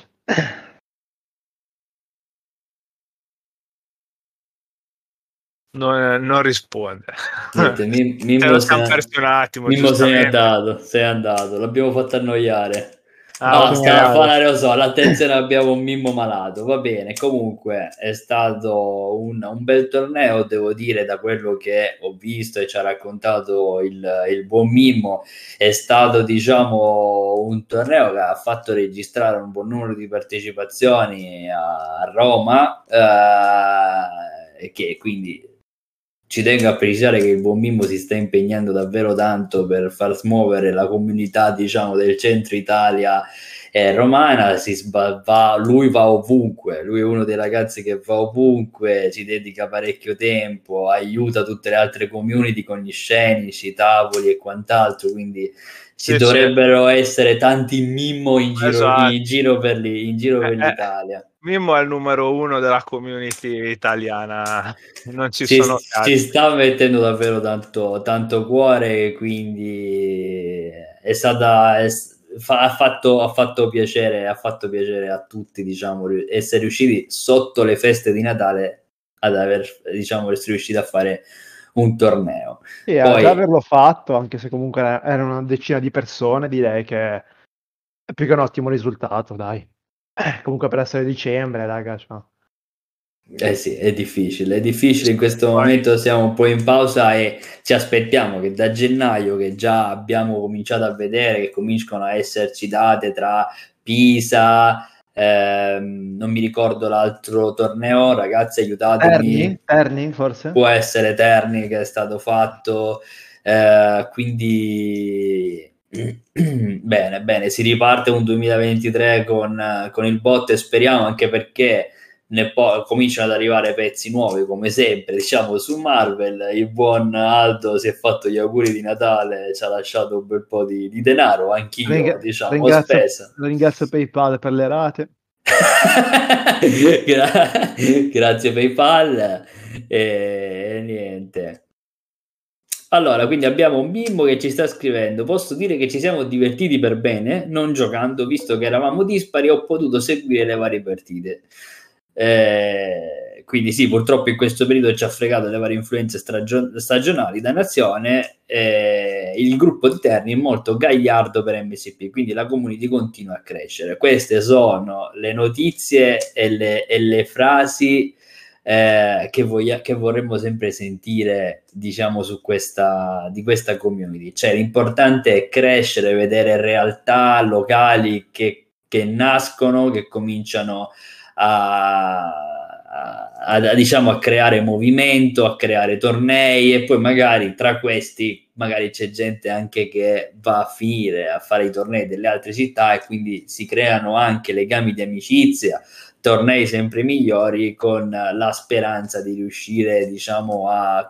Non risponde. Niente, Mimmo siamo persi un attimo. Mimmo se n'è andato, l'abbiamo fatto annoiare. Lo so, l'attenzione abbiamo un Mimmo malato. Va bene, comunque è stato un bel torneo, devo dire, da quello che ho visto e ci ha raccontato il buon Mimmo. È stato, diciamo, un torneo che ha fatto registrare un buon numero di partecipazioni a Roma, e che quindi ci tengo a precisare che il buon Mimmo si sta impegnando davvero tanto per far smuovere la comunità, diciamo, del centro Italia romana. Lui va ovunque, lui è uno dei ragazzi che va ovunque, ci dedica parecchio tempo, aiuta tutte le altre community con gli scenici, tavoli e quant'altro, quindi ci dovrebbero essere tanti Mimmo in giro per l'Italia. Mimmo è il numero 1 della community italiana, non ci sta mettendo davvero tanto cuore, quindi ha fatto piacere a tutti, diciamo, essere riusciti sotto le feste di Natale ad essere riusciti a fare un torneo. Sì, poi già averlo fatto, anche se comunque erano una decina di persone, direi che è più che un ottimo risultato, dai. Comunque per essere dicembre, raga, cioè. Sì, è difficile in questo momento siamo un po' in pausa e ci aspettiamo che da gennaio, che già abbiamo cominciato a vedere che cominciano a esserci date tra Pisa, non mi ricordo l'altro torneo, ragazzi, aiutatemi. Terni forse? Può essere Terni che è stato fatto, quindi bene, si riparte un 2023 con il botto e speriamo, anche perché cominciano ad arrivare pezzi nuovi, come sempre, diciamo, su Marvel. Il buon Aldo si è fatto gli auguri di Natale, ci ha lasciato un bel po' di denaro, anch'io, diciamo, ho speso. Ringrazio PayPal per le rate. Grazie PayPal e niente. Allora, quindi abbiamo un Mimmo che ci sta scrivendo: posso dire che ci siamo divertiti per bene, non giocando, visto che eravamo dispari, ho potuto seguire le varie partite. Quindi sì, purtroppo in questo periodo ci ha fregato le varie influenze stagionali da nazione. Il gruppo di Terni è molto gagliardo per MCP, quindi la community continua a crescere. Queste sono le notizie e le frasi che vorremmo sempre sentire, diciamo, di questa community. Cioè, l'importante è crescere, vedere realtà locali che nascono, che cominciano diciamo, a creare movimento, a creare tornei, e poi magari tra questi c'è gente anche che va a finire a fare i tornei delle altre città, e quindi si creano anche legami di amicizia, tornei sempre migliori, con la speranza di riuscire, diciamo, ad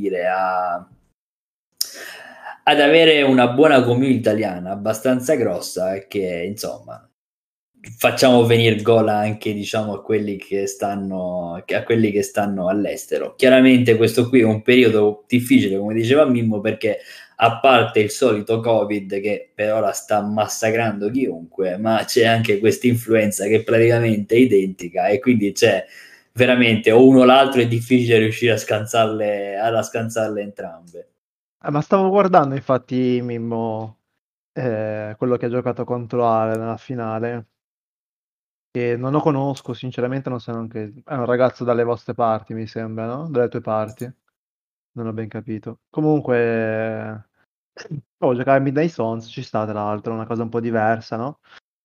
avere una buona community italiana abbastanza grossa, e che, insomma, facciamo venire gol anche, diciamo, a quelli che stanno all'estero. Chiaramente questo qui è un periodo difficile, come diceva Mimmo, perché a parte il solito Covid che per ora sta massacrando chiunque, ma c'è anche questa influenza che è praticamente identica, e quindi c'è veramente o uno o l'altro, è difficile riuscire a scansarle entrambe. Ma stavo guardando infatti Mimmo, quello che ha giocato contro Ale nella finale, che non lo conosco, sinceramente non so neanche... È un ragazzo dalle vostre parti, mi sembra, no? Dalle tue parti. Non ho ben capito. Comunque, giocare a Midnight Suns ci sta, tra l'altro, è una cosa un po' diversa, no?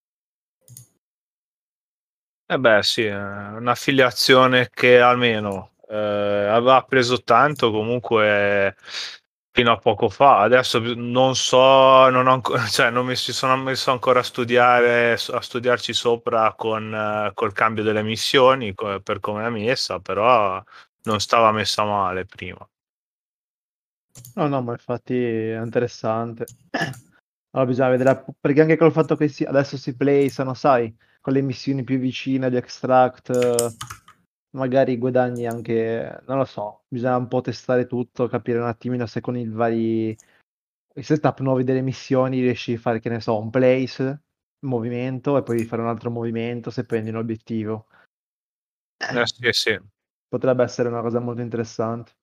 Eh beh, sì, un'affiliazione che almeno aveva preso tanto comunque fino a poco fa. Adesso non so, non ho cioè, non mi si sono messo ancora a studiarci sopra col cambio delle missioni, per come è messa, però non stava messa male prima. No, ma infatti è interessante. Allora bisogna vedere, perché anche col fatto che adesso si playsano, sai, con le missioni più vicine agli extract, magari guadagni anche, non lo so, bisogna un po' testare tutto, capire un attimino se con i setup nuovi delle missioni riesci a fare, che ne so, un place, un movimento e poi fare un altro movimento se prendi un obiettivo. Sì, sì. Potrebbe essere una cosa molto interessante.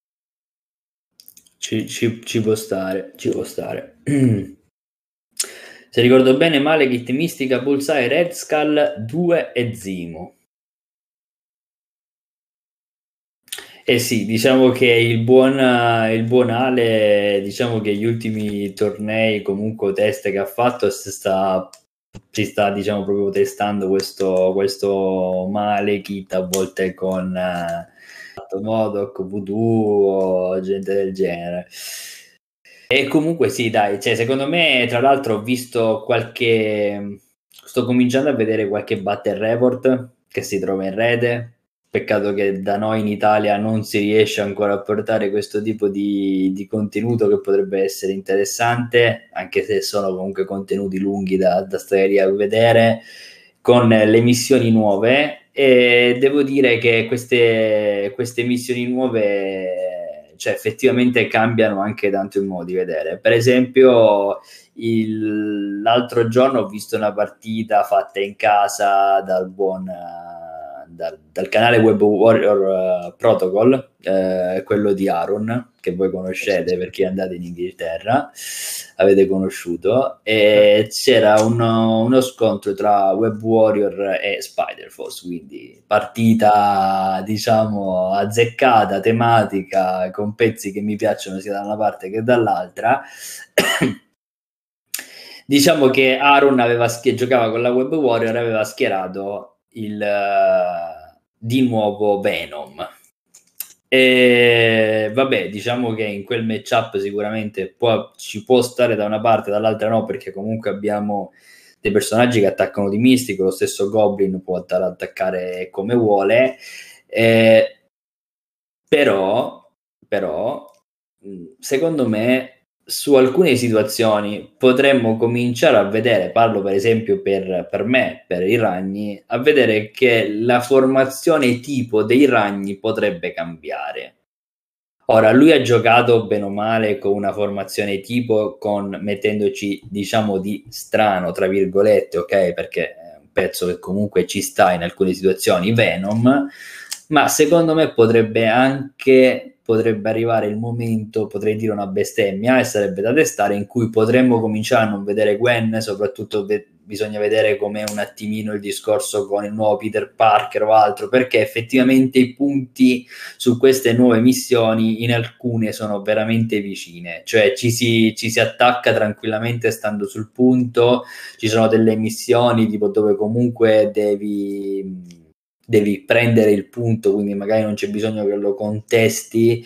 Ci può stare, ci può stare. Se ricordo bene, Malekith, Mystica, Bullseye, Red Skull 2 e Zimo. Eh sì, diciamo che il buon Ale, diciamo che gli ultimi tornei, comunque test che ha fatto, si sta diciamo proprio testando questo Malekith, a volte con Modok, Voodoo o gente del genere. E comunque sì, dai, cioè, secondo me, tra l'altro, ho visto sto cominciando a vedere qualche battle report che si trova in rete. Peccato che da noi in Italia non si riesce ancora a portare questo tipo di contenuto, che potrebbe essere interessante, anche se sono comunque contenuti lunghi da stare lì a vedere, con le missioni nuove. E devo dire che queste missioni nuove, cioè, effettivamente cambiano anche tanto il modo di vedere. Per esempio, l'altro giorno ho visto una partita fatta in casa dal canale Web Warrior Protocol, quello di Aaron, che voi conoscete perché andate in Inghilterra, avete conosciuto, e c'era uno scontro tra Web Warrior e Spider Force, quindi partita, diciamo, azzeccata, tematica, con pezzi che mi piacciono sia da una parte che dall'altra. Diciamo che Aaron giocava con la Web Warrior, aveva schierato di nuovo Venom. E vabbè, diciamo che in quel matchup sicuramente ci può stare da una parte, dall'altra no, perché comunque abbiamo dei personaggi che attaccano di mistico, lo stesso Goblin può attaccare come vuole, però secondo me su alcune situazioni potremmo cominciare a vedere, parlo per esempio per me, per i ragni, a vedere che la formazione tipo dei ragni potrebbe cambiare. Ora, lui ha giocato bene o male con una formazione tipo, mettendoci, diciamo, di strano, tra virgolette, ok? Perché è un pezzo che comunque ci sta in alcune situazioni, Venom, ma secondo me potrebbe arrivare il momento, potrei dire una bestemmia, e sarebbe da testare, in cui potremmo cominciare a non vedere Gwen, soprattutto bisogna vedere com'è un attimino il discorso con il nuovo Peter Parker o altro, perché effettivamente i punti su queste nuove missioni in alcune sono veramente vicine, cioè ci si attacca tranquillamente stando sul punto. Ci sono delle missioni tipo dove comunque devi prendere il punto, quindi magari non c'è bisogno che lo contesti,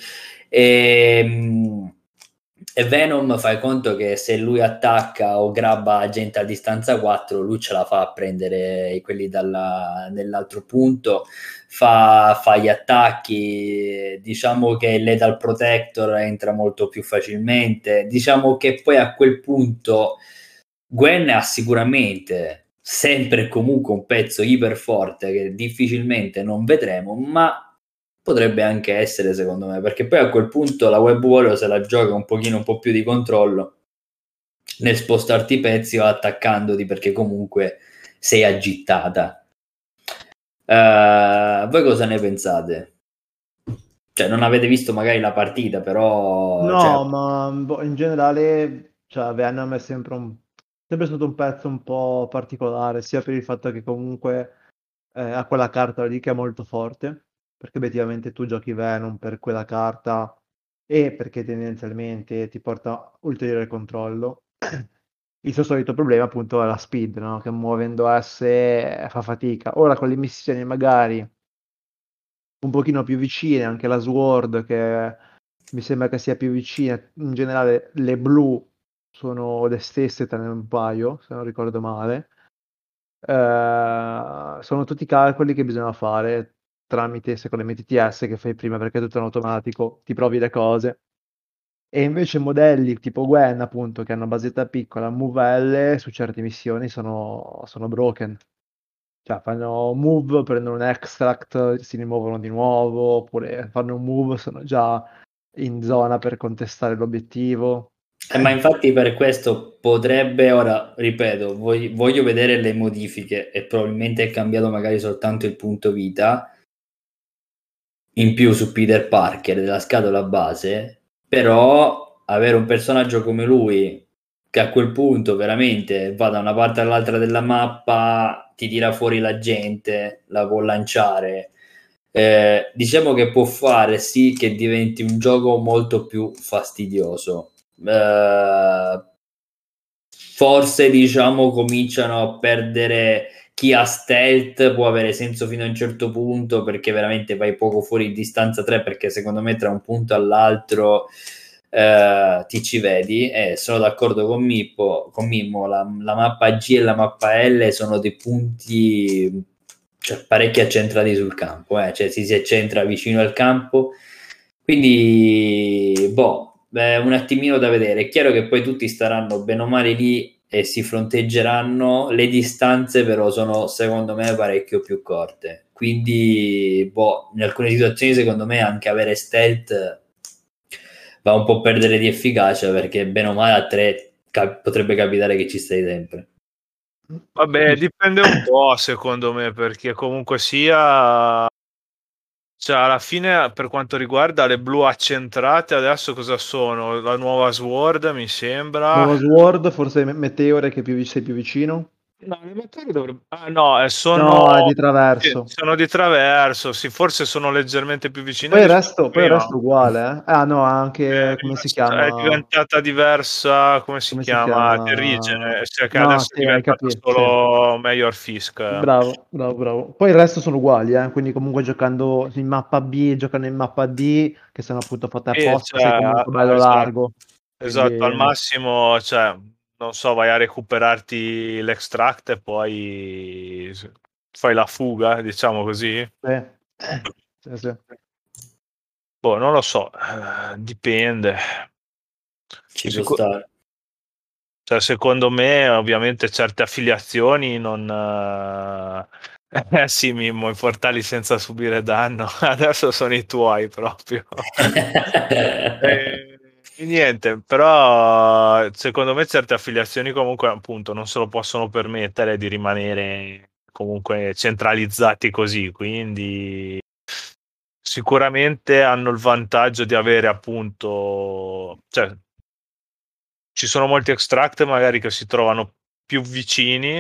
e Venom, fai conto che se lui attacca o grabba gente a distanza 4, lui ce la fa a prendere quelli nell'altro punto, fa gli attacchi, diciamo che il Lethal Protector entra molto più facilmente, diciamo che poi a quel punto Gwen ha sicuramente sempre e comunque un pezzo iper forte che difficilmente non vedremo, ma potrebbe anche essere, secondo me, perché poi a quel punto la Web Warrior se la gioca un po' più di controllo nel spostarti i pezzi o attaccandoti, perché comunque sei agitata. Voi cosa ne pensate? Cioè, non avete visto magari la partita, però... No, cioè... ma in generale, cioè, Venom è sempre stato un pezzo un po' particolare, sia per il fatto che comunque ha quella carta lì che è molto forte, perché obiettivamente tu giochi Venom per quella carta e perché tendenzialmente ti porta ulteriore controllo. Il suo solito problema appunto è la speed, no? Che muovendo S fa fatica. Ora con le missioni magari un pochino più vicine, anche la Sword che mi sembra che sia più vicina, in generale le blu sono le stesse tra un paio, se non ricordo male. Sono tutti calcoli che bisogna fare tramite, secondo me, TTS che fai prima perché è tutto in automatico, ti provi le cose. E invece modelli tipo Gwen, appunto, che hanno basetta piccola, move L, su certe missioni sono broken. Cioè, fanno un move, prendono un extract, si rimuovono di nuovo, oppure fanno un move, sono già in zona per contestare l'obiettivo. Ma infatti per questo potrebbe, ora ripeto, voglio vedere le modifiche e probabilmente è cambiato magari soltanto il punto vita in più su Peter Parker della scatola base, però avere un personaggio come lui che a quel punto veramente va da una parte all'altra della mappa, ti tira fuori la gente, la può lanciare, diciamo che può fare sì che diventi un gioco molto più fastidioso. Forse diciamo cominciano a perdere chi ha stealth, può avere senso fino a un certo punto perché veramente vai poco fuori distanza 3, perché secondo me tra un punto all'altro ti ci vedi, e sono d'accordo con Mimmo, la mappa G e la mappa L sono dei punti, cioè, parecchio accentrati sul campo, cioè si accentra vicino al campo, quindi un attimino da vedere. È chiaro che poi tutti staranno bene o male lì e si fronteggeranno, le distanze però sono secondo me parecchio più corte, quindi in alcune situazioni secondo me anche avere stealth va un po' a perdere di efficacia, perché bene o male a 3 potrebbe capitare che ci stai sempre. Vabbè, dipende un po' secondo me, perché comunque sia, cioè alla fine per quanto riguarda le blu accentrate, adesso cosa sono? La nuova Sword mi sembra. Nuova Sword, forse Meteore che sei più vicino. No, le metalli dovrebbero... Ah no, No, è sono... di sì, traverso. sono di traverso, sì, forse sono leggermente più vicine Poi il rispetto a resto, poi il prima. resto è uguale, eh? Ah no, anche, come si È chiama? diventata diversa, come si Come si chiama? chiama? Terrigene, cioè che No, adesso è sì, hai diventata capito, sì. solo Major Fisk. Bravo, bravo, bravo. Poi il resto sono uguali, quindi comunque giocando in mappa B, giocando in mappa D, che sono appunto fatte E apposta, sei cioè, comunque bello esatto, largo. esatto, al Quindi, massimo, cioè, non so, vai a recuperarti l'extract e poi fai la fuga, diciamo così. sì, sì. Boh, non lo so, dipende. Ci può Sicu- stare. cioè, secondo me, ovviamente, certe affiliazioni non... sì, Mimmo, i portali senza subire danno. Adesso sono i tuoi proprio. E niente, però secondo me certe affiliazioni comunque appunto non se lo possono permettere di rimanere comunque centralizzati così, quindi sicuramente hanno il vantaggio di avere appunto, cioè ci sono molti extract magari che si trovano più vicini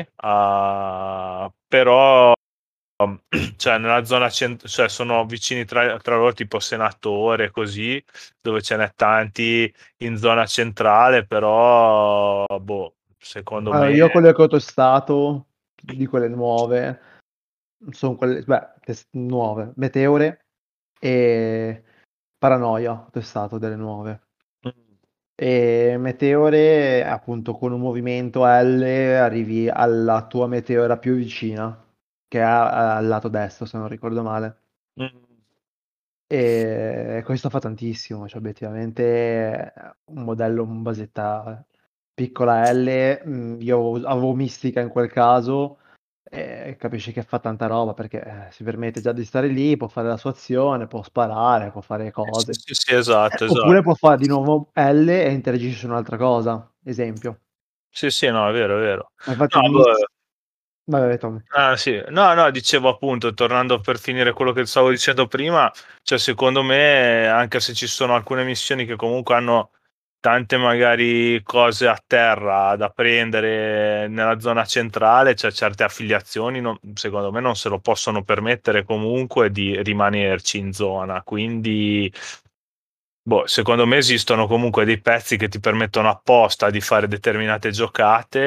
però cioè nella zona cioè sono vicini tra loro tipo Senatore così, dove ce n'è tanti in zona centrale, però secondo Allora, me io quelle che ho testato, di quelle nuove, sono quelle, nuove, Meteore e Paranoia, ho testato delle nuove. E Meteore, appunto, con un movimento L arrivi alla tua meteora più vicina, che è al lato destro, se non ricordo male. mm, E questo fa tantissimo, cioè obiettivamente è un modello, un basetta piccola L, io avevo Mistica in quel caso, capisci che fa tanta roba perché si permette già di stare lì, può fare la sua azione, può sparare, può fare Sì, cose. sì, sì, esatto, Oppure esatto. può fare di nuovo L e interagisce su un'altra cosa, esempio. Sì, sì, no, è vero, è vero. Ma infatti No, boh, vai, vai, Tommy. sì. No, no, dicevo appunto, tornando per finire quello che stavo dicendo prima, cioè secondo me, anche se ci sono alcune missioni che comunque hanno tante magari cose a terra da prendere nella zona centrale, cioè certe affiliazioni secondo me non se lo possono permettere comunque di rimanerci in zona, quindi boh, secondo me esistono comunque dei pezzi che ti permettono apposta di fare determinate giocate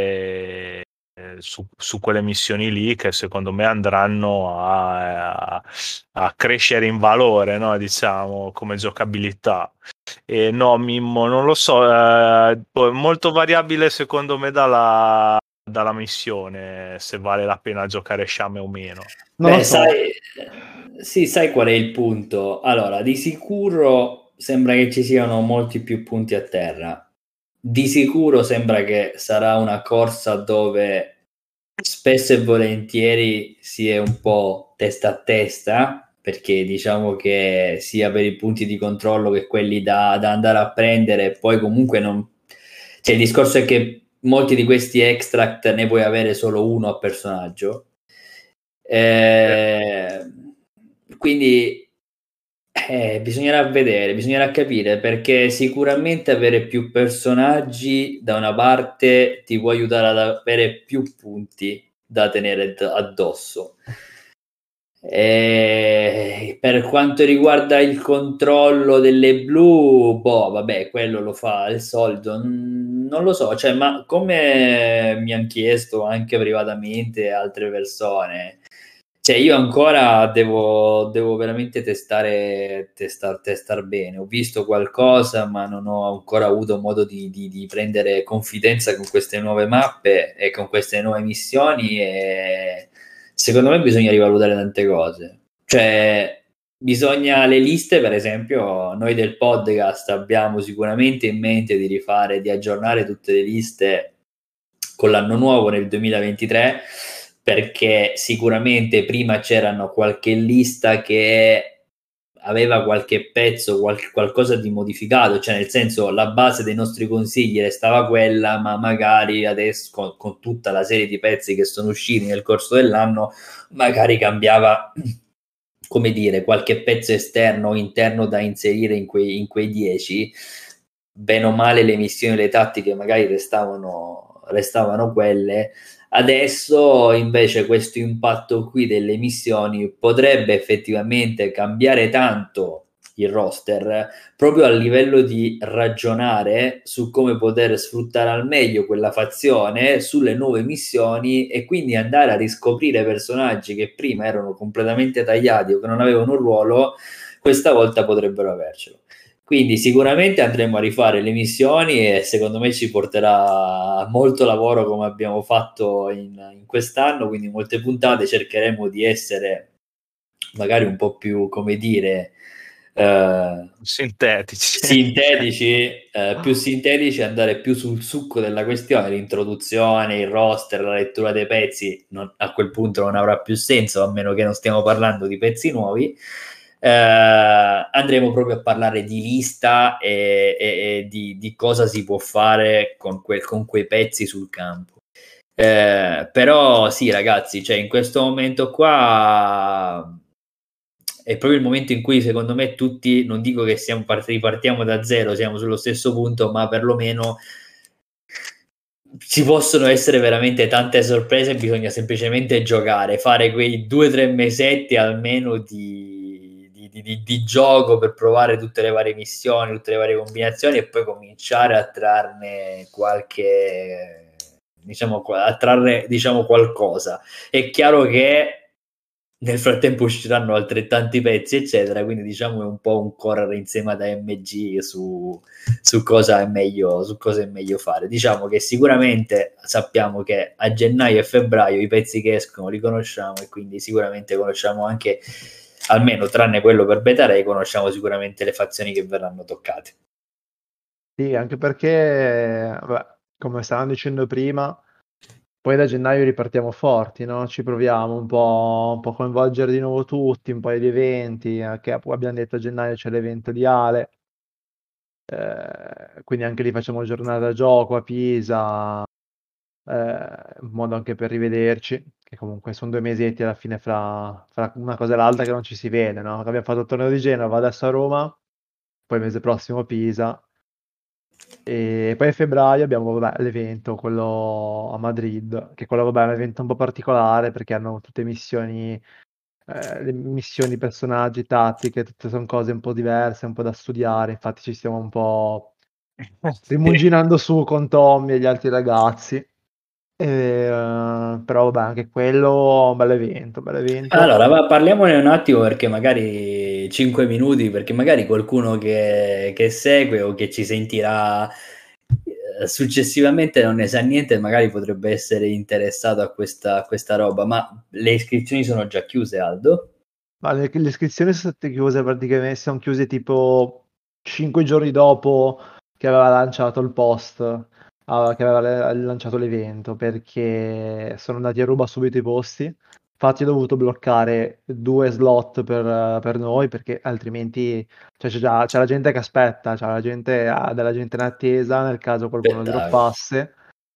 su quelle missioni lì che secondo me andranno a crescere in valore, no? Diciamo, come giocabilità. E no, Mimmo, non lo so, boh, è molto variabile secondo me dalla missione, se vale la pena giocare sciame o meno. Non lo Beh, so. sai, sì, sai qual è il punto? Allora, di sicuro sembra che ci siano molti più punti a terra. Di sicuro sembra che sarà una corsa dove spesso e volentieri si è un po' testa a testa, perché diciamo che sia per i punti di controllo che quelli da andare a prendere, poi comunque non... Cioè, il discorso è che molti di questi extract ne puoi avere solo uno a personaggio. Eh, quindi bisognerà vedere, bisognerà capire perché sicuramente avere più personaggi da una parte ti può aiutare ad avere più punti da tenere addosso. Per quanto riguarda il controllo delle blu, boh, vabbè, quello lo fa il solito. Non lo so, cioè, ma come mi hanno chiesto anche privatamente altre persone, cioè io ancora devo veramente testar bene. Ho visto qualcosa, ma non ho ancora avuto modo di prendere confidenza con queste nuove mappe e con queste nuove missioni e secondo me bisogna rivalutare tante cose. Cioè, bisogna le liste, per esempio, noi del podcast abbiamo sicuramente in mente di rifare, di aggiornare tutte le liste con l'anno nuovo nel 2023, perché sicuramente prima c'erano qualche lista che aveva qualche pezzo, qualcosa di modificato, cioè nel senso la base dei nostri consigli restava quella, ma magari adesso con tutta la serie di pezzi che sono usciti nel corso dell'anno, magari cambiava, come dire, qualche pezzo esterno o interno da inserire in quei 10. Bene o male le missioni, le tattiche magari restavano quelle. Adesso invece questo impatto qui delle missioni potrebbe effettivamente cambiare tanto il roster, proprio a livello di ragionare su come poter sfruttare al meglio quella fazione sulle nuove missioni e quindi andare a riscoprire personaggi che prima erano completamente tagliati o che non avevano un ruolo, questa volta potrebbero avercelo. Quindi sicuramente andremo a rifare le missioni e secondo me ci porterà molto lavoro come abbiamo fatto in quest'anno, quindi molte puntate cercheremo di essere magari un po' più, come dire, Sintetici. più sintetici, andare più sul succo della questione, l'introduzione, il roster, la lettura dei pezzi, a quel punto non avrà più senso, a meno che non stiamo parlando di pezzi nuovi. Andremo proprio a parlare di lista e di cosa si può fare con quei pezzi sul campo. Però sì, ragazzi, cioè in questo momento qua è proprio il momento in cui secondo me tutti, non dico che ripartiamo da zero, siamo sullo stesso punto, ma perlomeno ci possono essere veramente tante sorprese, bisogna semplicemente giocare, fare quei 2 o 3 mesetti almeno di gioco per provare tutte le varie missioni, tutte le varie combinazioni e poi cominciare a trarne qualche, diciamo, a trarre, diciamo, qualcosa. È chiaro che nel frattempo usciranno altrettanti pezzi, eccetera, quindi diciamo è un po' un correre insieme ad AMG su cosa è meglio fare. Diciamo che sicuramente sappiamo che a gennaio e febbraio i pezzi che escono li conosciamo e quindi sicuramente conosciamo anche, almeno tranne quello per Beta Ray, conosciamo sicuramente le fazioni che verranno toccate. Sì, anche perché, come stavamo dicendo prima, poi da gennaio ripartiamo forti, no? Ci proviamo un po' a coinvolgere di nuovo tutti, un paio di eventi, che abbiamo detto a gennaio c'è l'evento di Ale, quindi anche lì facciamo giornata da gioco a Pisa, in modo anche per rivederci, che comunque sono 2 mesetti alla fine fra una cosa e l'altra che non ci si vede, no? Abbiamo fatto il torneo di Genova, adesso a Roma, poi il mese prossimo a Pisa, e poi a febbraio abbiamo vabbè, l'evento, quello a Madrid, che quello vabbè, è un evento un po' particolare perché hanno tutte missioni, le missioni, personaggi, tattiche, tutte sono cose un po' diverse, un po' da studiare, infatti ci stiamo un po' rimuginando su con Tommy e gli altri ragazzi. Però vabbè, anche quello è un bel evento, bel evento. Allora, parliamone un attimo perché magari 5 minuti, perché magari qualcuno che segue o che ci sentirà successivamente non ne sa niente e magari potrebbe essere interessato a questa roba. Ma le iscrizioni sono già chiuse, Aldo? Ma le iscrizioni sono state chiuse praticamente, sono chiuse tipo 5 giorni dopo che aveva lanciato il post, che aveva lanciato l'evento, perché sono andati a ruba subito i posti. Infatti ho dovuto bloccare 2 slot per noi, perché altrimenti cioè, c'è la gente che aspetta, c'è la gente, della gente in attesa nel caso qualcuno Spettacolo. droppasse.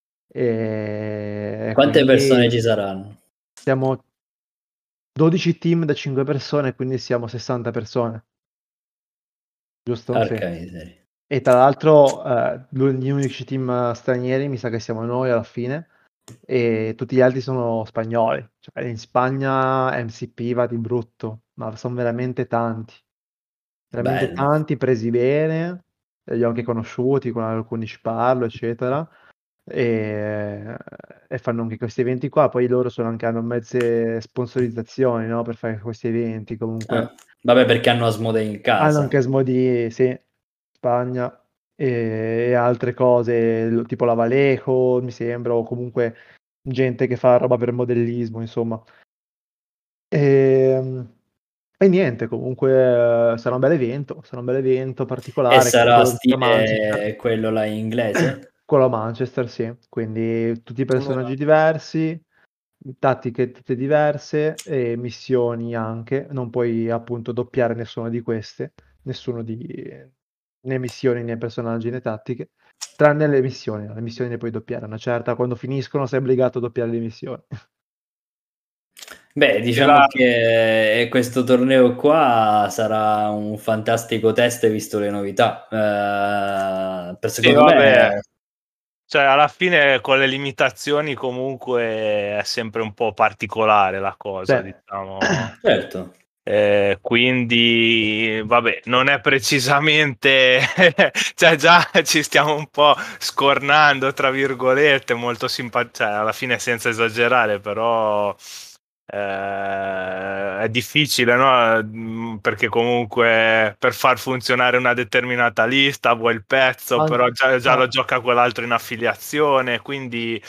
E Quante persone quindi ci saranno? siamo 12 team da 5 persone, quindi siamo 60 persone, giusto? Sì. Porca miseria. E tra l'altro gli unici team stranieri mi sa che siamo noi alla fine, e tutti gli altri sono spagnoli. Cioè, in Spagna MCP va di brutto, ma sono veramente Bello. tanti, presi bene, li ho anche conosciuti, con alcuni ci parlo, eccetera. E fanno anche questi eventi qua, poi loro hanno mezze sponsorizzazioni, no, per fare questi eventi, comunque Vabbè, perché hanno Asmodee in hanno casa. anche Asmodee, sì, Spagna, e altre cose, tipo la Vallejo, mi sembra, o comunque gente che fa roba per modellismo, insomma. E, e niente, comunque sarà un bel evento E particolare, che è sarà quello a Manchester. stile quello là in inglese? Quello a Manchester, sì. Quindi tutti i personaggi diversi, tattiche tutte diverse e missioni anche. Non puoi appunto doppiare nessuno di queste, né missioni né personaggi né tattiche, tranne le missioni. Le missioni le puoi doppiare, una certa, quando finiscono sei obbligato a doppiare le missioni. Beh, diciamo che questo torneo qua sarà un fantastico test visto le novità. Per Sì, secondo vabbè, me, cioè alla fine con le limitazioni comunque è sempre un po' particolare la cosa, Beh, diciamo. certo. Quindi vabbè, non è precisamente cioè già ci stiamo un po' scornando tra virgolette, molto cioè alla fine senza esagerare, però è difficile, no? Perché comunque per far funzionare una determinata lista vuoi il pezzo, però già lo gioca quell'altro in affiliazione, quindi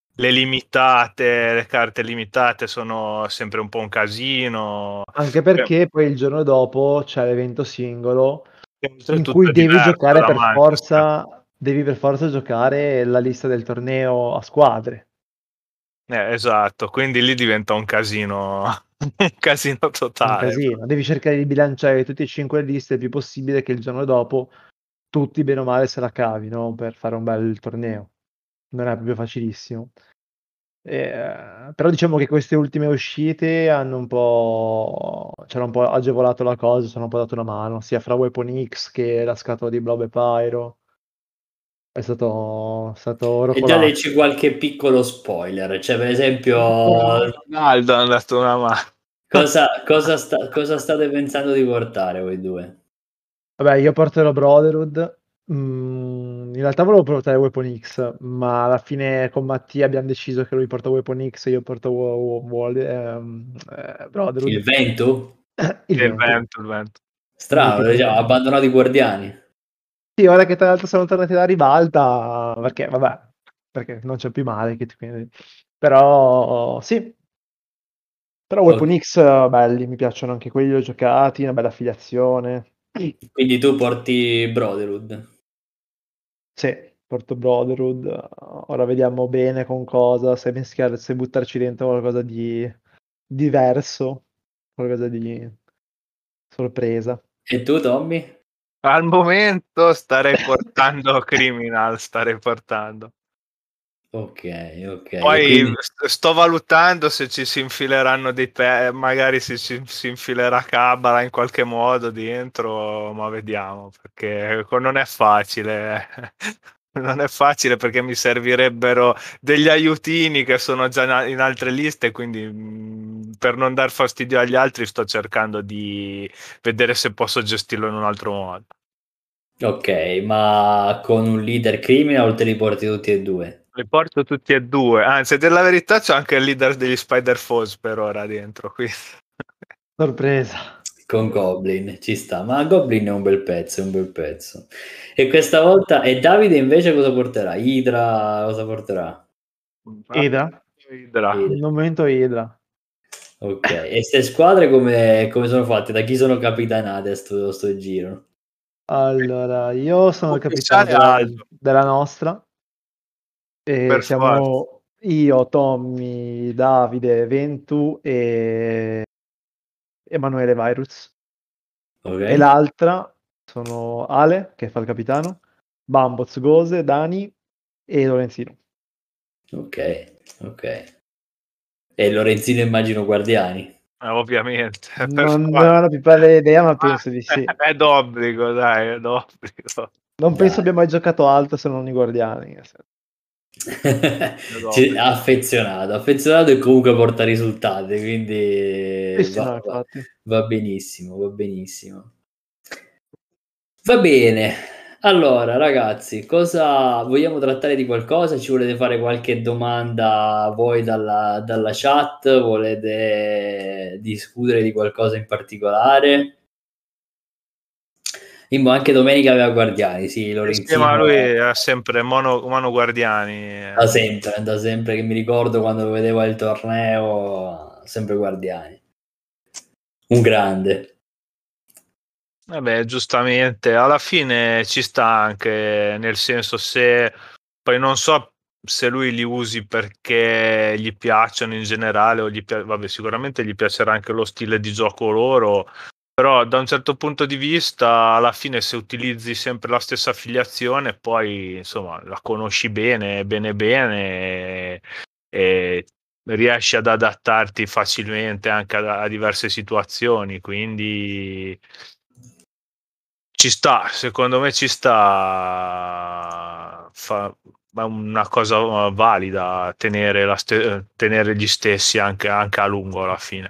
le carte limitate sono sempre un po' un casino. anche perché poi il giorno dopo c'è l'evento singolo in Oltretutto cui è diverso da Manchester. devi per forza giocare la lista del torneo a squadre. Esatto, quindi lì diventa un casino, un casino Un totale. casino. Devi cercare di bilanciare tutte e 5 le liste il più possibile, che il giorno dopo tutti bene o male se la cavi, no? Per fare un bel torneo. Non è proprio facilissimo. Però diciamo che queste ultime uscite ci hanno un po' agevolato la cosa, ci hanno un po' dato una mano, sia fra Weapon X che la scatola di Blob e Pyro. È stato E già rocolato. leggi qualche piccolo spoiler, cioè per esempio Ronaldo hanno dato una mano. cosa state pensando di portare voi due? Vabbè, io porterò Brotherhood. In realtà volevo portare Weapon X, ma alla fine con Mattia abbiamo deciso che lui porta Weapon X e io porto Brotherhood. Il vento? Il Il vento. vento, il vento. Strano, diciamo, abbandonato i guardiani. Sì, ora che tra l'altro sono tornati alla ribalta, perché vabbè, perché non c'è più male, quindi. Però sì, però Ok. Weapon X belli, mi piacciono anche quelli, li ho giocati, una bella affiliazione. Quindi tu porti Brotherhood. Sì, Forte Brotherhood. Ora vediamo bene con cosa, se mischiare, se buttarci dentro qualcosa di diverso, qualcosa di sorpresa. E tu, Tommy? Al momento starei portando Criminal, Ok. E Poi quindi, sto valutando se ci si infileranno magari si infilerà Cabala in qualche modo dentro, ma vediamo, perché non è facile. Non è facile perché mi servirebbero degli aiutini che sono già in altre liste, quindi per non dar fastidio agli altri sto cercando di vedere se posso gestirlo in un altro modo. ok, ma con un leader criminal o te li porti tutti e due? Li porto tutti e due, anzi, a dire la verità c'è anche il leader degli Spider Foes per ora dentro, quindi. Sorpresa. Con Goblin, ci sta, ma Goblin è un bel pezzo, è un bel pezzo. E questa volta, e Davide invece cosa porterà? Idra, cosa porterà? Idra? Idra. Idra. Al momento Idra. Ok, e ste squadre come sono fatte? Da chi sono capitanate a sto giro? Allora, io sono il capitano Ufficiale alto, della nostra e per forza. siamo io, Tommy, Davide, Ventu e Emanuele Virus. Ok? E l'altra sono Ale, che fa il capitano, Bamboz, Gose, Dani e Lorenzino. Ok, ok. E Lorenzino immagino guardiani. Ovviamente, per Non ho forza. la più pallida idea, ma penso di sì. È d'obbligo, dai, è d'obbligo. Non penso Dai. abbia mai giocato altro se non i Guardiani. È d'obbligo. Affezionato e comunque porta risultati, Sì, quindi sì, no, infatti. va benissimo, va benissimo. Va bene, allora ragazzi, cosa vogliamo trattare di qualcosa? Ci volete fare qualche domanda voi dalla chat? Volete discutere di qualcosa in particolare? Anche domenica aveva Guardiani, sì, Sì, ma lui Lorenzino ha sempre mono guardiani. da sempre che mi ricordo quando vedevo il torneo, sempre Guardiani. Un grande. Vabbè, giustamente, alla fine ci sta anche, nel senso se poi non so se lui li usi perché gli piacciono in generale o vabbè, sicuramente gli piacerà anche lo stile di gioco loro, però da un certo punto di vista alla fine se utilizzi sempre la stessa affiliazione poi insomma la conosci bene e riesci ad adattarti facilmente anche a diverse situazioni, quindi ci sta, secondo me ci sta, è una cosa valida tenere gli stessi anche a lungo alla fine.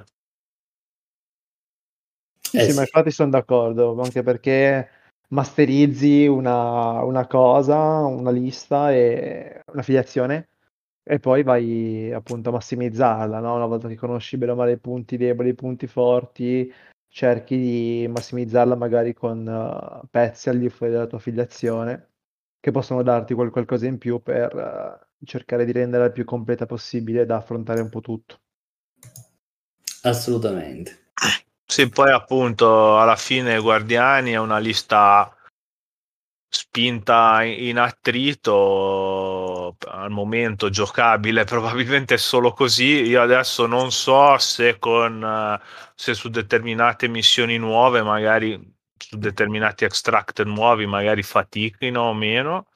Sì, sì, ma Sì. infatti sono d'accordo, anche perché masterizzi una cosa, una lista e una filiazione e poi vai appunto a massimizzarla, no? Una volta che conosci bene o male i punti deboli, i punti forti, cerchi di massimizzarla magari con pezzi al di fuori della tua filiazione che possono darti qualcosa in più per cercare di renderla il più completa possibile da affrontare un po' tutto. Assolutamente. Sì, poi appunto alla fine Guardiani è una lista spinta in attrito al momento giocabile probabilmente solo così. Io adesso non so se se su determinate missioni nuove magari su determinati extract nuovi magari fatichino o meno,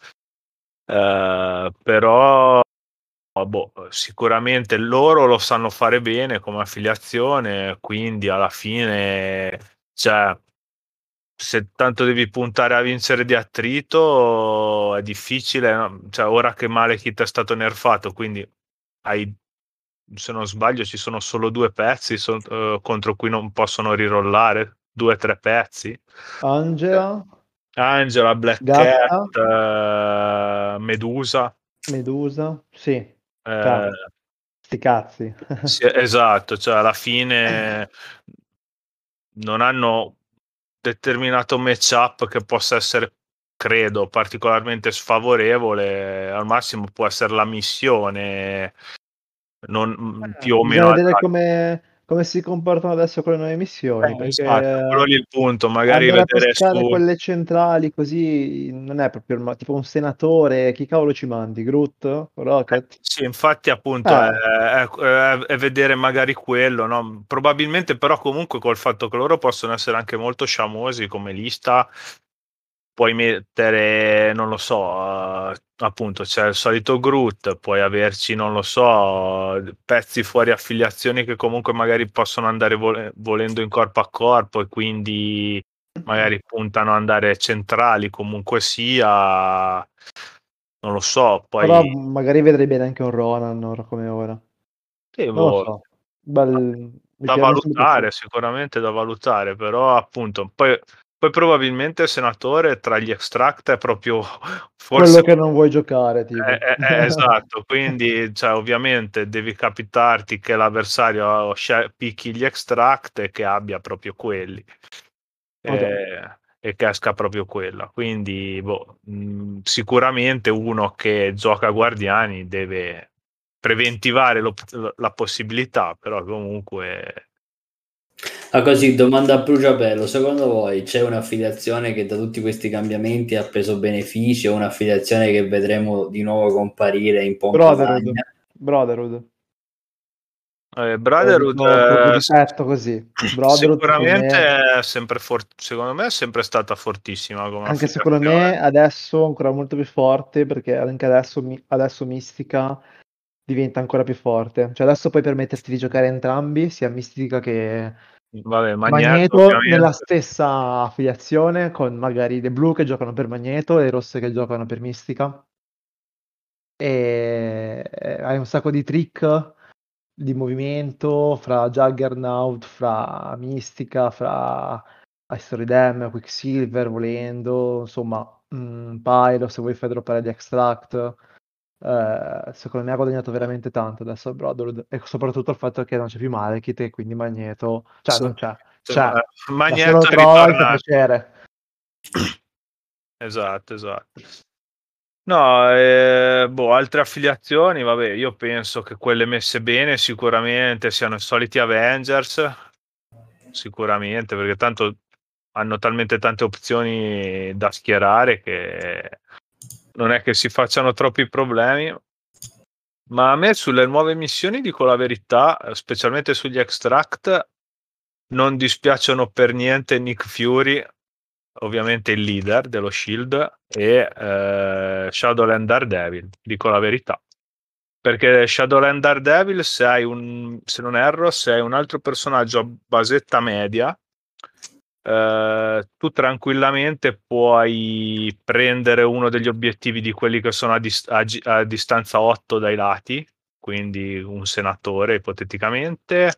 però sicuramente loro lo sanno fare bene come affiliazione, quindi alla fine cioè se tanto devi puntare a vincere di attrito è difficile, no? Cioè, ora che Malekith è stato nerfato, quindi hai, se non sbaglio ci sono solo due pezzi contro cui non possono rirollare, 2 o 3 pezzi. Angela, Angela, Black Cat, Gatta, Medusa. Medusa, sì, eh, cavolo, sti cazzi. sì, esatto, cioè alla fine non hanno determinato matchup che possa essere, credo, particolarmente sfavorevole. Al massimo può essere la missione, non più o Bisogna meno vedere come si comportano adesso con le nuove missioni, perché esatto, quello lì è il punto, magari andare a vedere pescare su quelle centrali così non è proprio tipo un senatore, chi cavolo ci mandi? Groot? Rocket? sì, infatti appunto Eh, è vedere magari quello, no? Probabilmente però comunque col fatto che loro possono essere anche molto sciamosi come lista, puoi mettere, non lo so, appunto c'è il solito Groot, puoi averci, non lo so, pezzi fuori affiliazioni che comunque magari possono andare volendo in corpo a corpo e quindi magari puntano ad andare centrali comunque sia, non lo so, però poi magari vedrei bene anche un Ronan ora come ora. Non lo so. da Mi sono piaciuto. valutare, sicuramente da valutare, però appunto poi probabilmente il senatore tra gli extract è proprio Quello forse che non vuoi giocare, tipo. esatto, quindi cioè, ovviamente devi capitarti che l'avversario picchi gli extract e che abbia proprio quelli Ok. e che esca proprio quella, quindi sicuramente uno che gioca a Guardiani deve preventivare la possibilità, però comunque Così, domanda a bruciapelo, secondo voi c'è un'affiliazione che da tutti questi cambiamenti ha preso benefici o un'affiliazione che vedremo di nuovo comparire in pompa Brotherhood. magna? Brotherhood. Te lo Brotherhood dico proprio di petto così. Brotherhood secondo me, sicuramente è sempre secondo me è sempre stata fortissima come anche secondo me affiliazione. adesso ancora molto più forte, perché anche adesso Mistica diventa ancora più forte. Cioè adesso puoi permetterti di giocare entrambi, sia Mistica che Vabbè, Magneto Magneto, nella ovviamente. stessa affiliazione, con magari le blu che giocano per Magneto e le rosse che giocano per Mistica. E hai un sacco di trick di movimento fra Juggernaut, fra Mistica, fra Ice Redem, Quicksilver volendo, insomma, Pyro se vuoi fai droppare di Extract. Secondo me ha guadagnato veramente tanto adesso il Brotherhood e soprattutto il fatto che non c'è più Malekith e quindi Magneto, cioè non c'è, ma se lo Magneto è trova gli fa ritornato. piacere. Esatto, esatto. No, altre affiliazioni, vabbè, io penso che quelle messe bene sicuramente siano i soliti Avengers, sicuramente, perché tanto hanno talmente tante opzioni da schierare che non è che si facciano troppi problemi. Ma a me sulle nuove missioni, dico la verità, specialmente sugli extract, non dispiacciono per niente Nick Fury, ovviamente il leader dello Shield, e Shadowland Daredevil, dico la verità. Perché Shadowland Daredevil, se non erro, se hai un altro personaggio a basetta media, tu tranquillamente puoi prendere uno degli obiettivi di quelli che sono a distanza 8 dai lati, quindi un senatore ipoteticamente,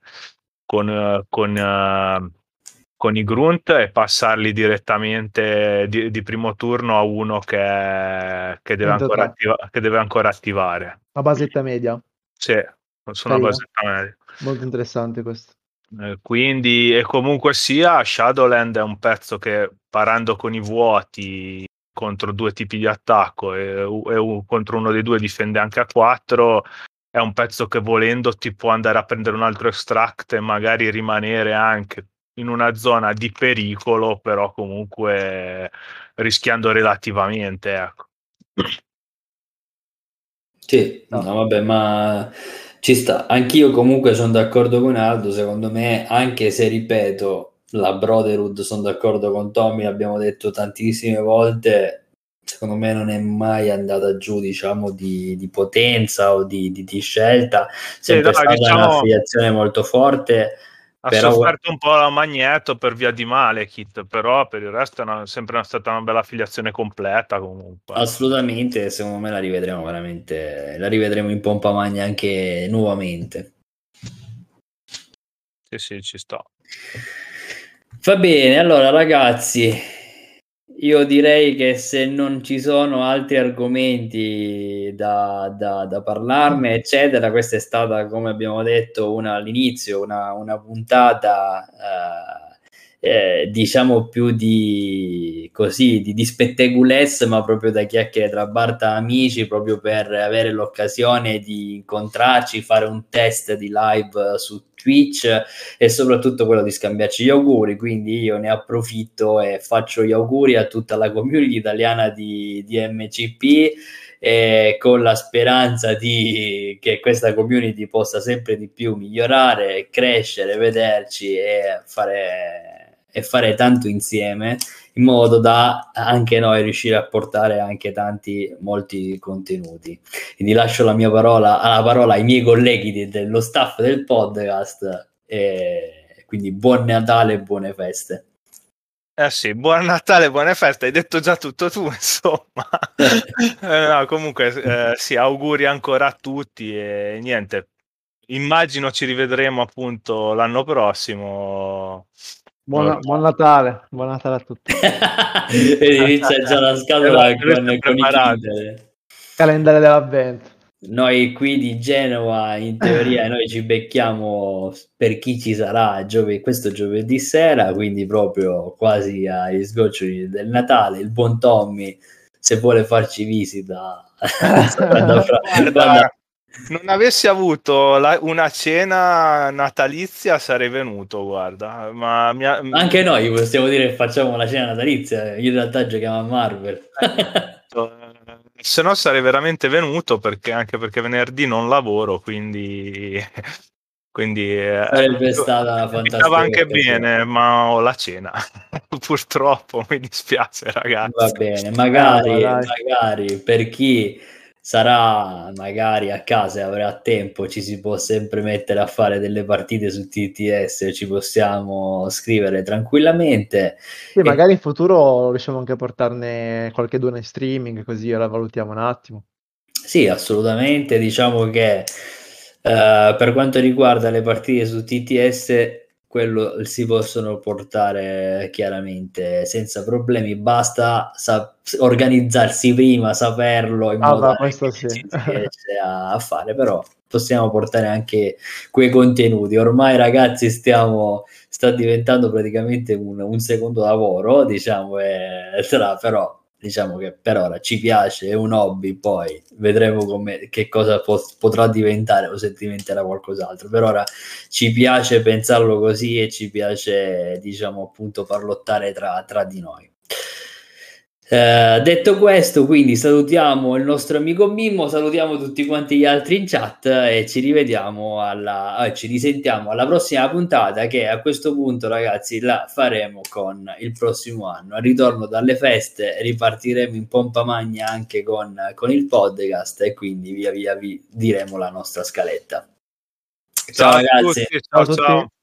con i grunt e passarli direttamente di primo turno a uno Entro te, che deve ancora attivare. a basetta media, Sì, su una carino, basetta media. molto interessante questo. Quindi, e comunque sia, Shadowland è un pezzo che parando con i vuoti contro due tipi di attacco e contro uno dei due difende anche a 4, è un pezzo che volendo ti può andare a prendere un altro extract e magari rimanere anche in una zona di pericolo, però comunque rischiando relativamente, ecco. Sì, No. no, vabbè, ma ci sta. Anch'io comunque sono d'accordo con Aldo, secondo me, anche se ripeto, la Brotherhood, sono d'accordo con Tommy, l'abbiamo detto tantissime volte, secondo me non è mai andata giù, diciamo, di potenza o di scelta, Sì, no, sempre stata diciamo un'affiliazione molto forte, ha però sofferto un po' la Magneto per via di Malekith, però per il resto è sempre stata una bella affiliazione completa comunque. assolutamente, secondo me la rivedremo veramente, la rivedremo in pompa magna anche nuovamente. Sì, sì, ci sto. Va bene, allora ragazzi, io direi che se non ci sono altri argomenti da parlarne, eccetera, questa è stata, come abbiamo detto, all'inizio, una puntata diciamo più di spettegulesse, ma proprio da chiacchiere tra bar tra amici, proprio per avere l'occasione di incontrarci, fare un test di live su Twitch e soprattutto quello di scambiarci gli auguri. Quindi io ne approfitto e faccio gli auguri a tutta la community italiana di MCP, con la speranza che questa community possa sempre di più migliorare, crescere, vederci e fare tanto insieme, in modo da anche noi riuscire a portare anche molti contenuti. Quindi lascio la parola ai miei colleghi dello staff del podcast, e quindi buon Natale e buone feste. Sì, buon Natale, buone feste, hai detto già tutto tu, insomma. No, comunque, sì, auguri ancora a tutti e niente, immagino ci rivedremo appunto l'anno prossimo. Buon Natale a tutti. Inizia già la scatola con i Kinder. Calendario dell'avvento. Noi qui di Genova, in teoria, noi ci becchiamo, per chi ci sarà, questo giovedì sera, quindi proprio quasi agli sgoccioli del Natale. Il buon Tommy, se vuole farci visita, guarda, non avessi avuto una cena natalizia sarei venuto, guarda. Ma anche noi possiamo dire che facciamo la cena natalizia, in realtà giochiamo a Marvel. Se no sarei veramente venuto, anche perché venerdì non lavoro, quindi sarebbe stata fantastica. Stava anche bene, ma ho la cena. Purtroppo mi dispiace, ragazzi. Va bene, magari per chi sarà magari a casa e avrà tempo, ci si può sempre mettere a fare delle partite su TTS, ci possiamo scrivere tranquillamente. Sì, magari in futuro riusciamo anche a portarne qualche due in streaming, così la valutiamo un attimo. Sì, assolutamente. Diciamo che per quanto riguarda le partite su TTS, quello si possono portare chiaramente senza problemi, basta organizzarsi prima, saperlo, in modo che questo si sì. riesce a fare, però possiamo portare anche quei contenuti. Ormai, ragazzi, sta diventando praticamente un secondo lavoro, diciamo, però diciamo che per ora ci piace, è un hobby, poi vedremo che cosa potrà diventare o se diventerà qualcos'altro. Per ora ci piace pensarlo così e ci piace, diciamo, appunto parlottare tra di noi. Detto questo, quindi salutiamo il nostro amico Mimmo, salutiamo tutti quanti gli altri in chat e ci risentiamo alla prossima puntata, che a questo punto, ragazzi, la faremo con il prossimo anno. Al ritorno dalle feste ripartiremo in pompa magna anche con il podcast, e quindi via via vi diremo la nostra scaletta. Ciao ragazzi. Ciao a tutti. Ciao.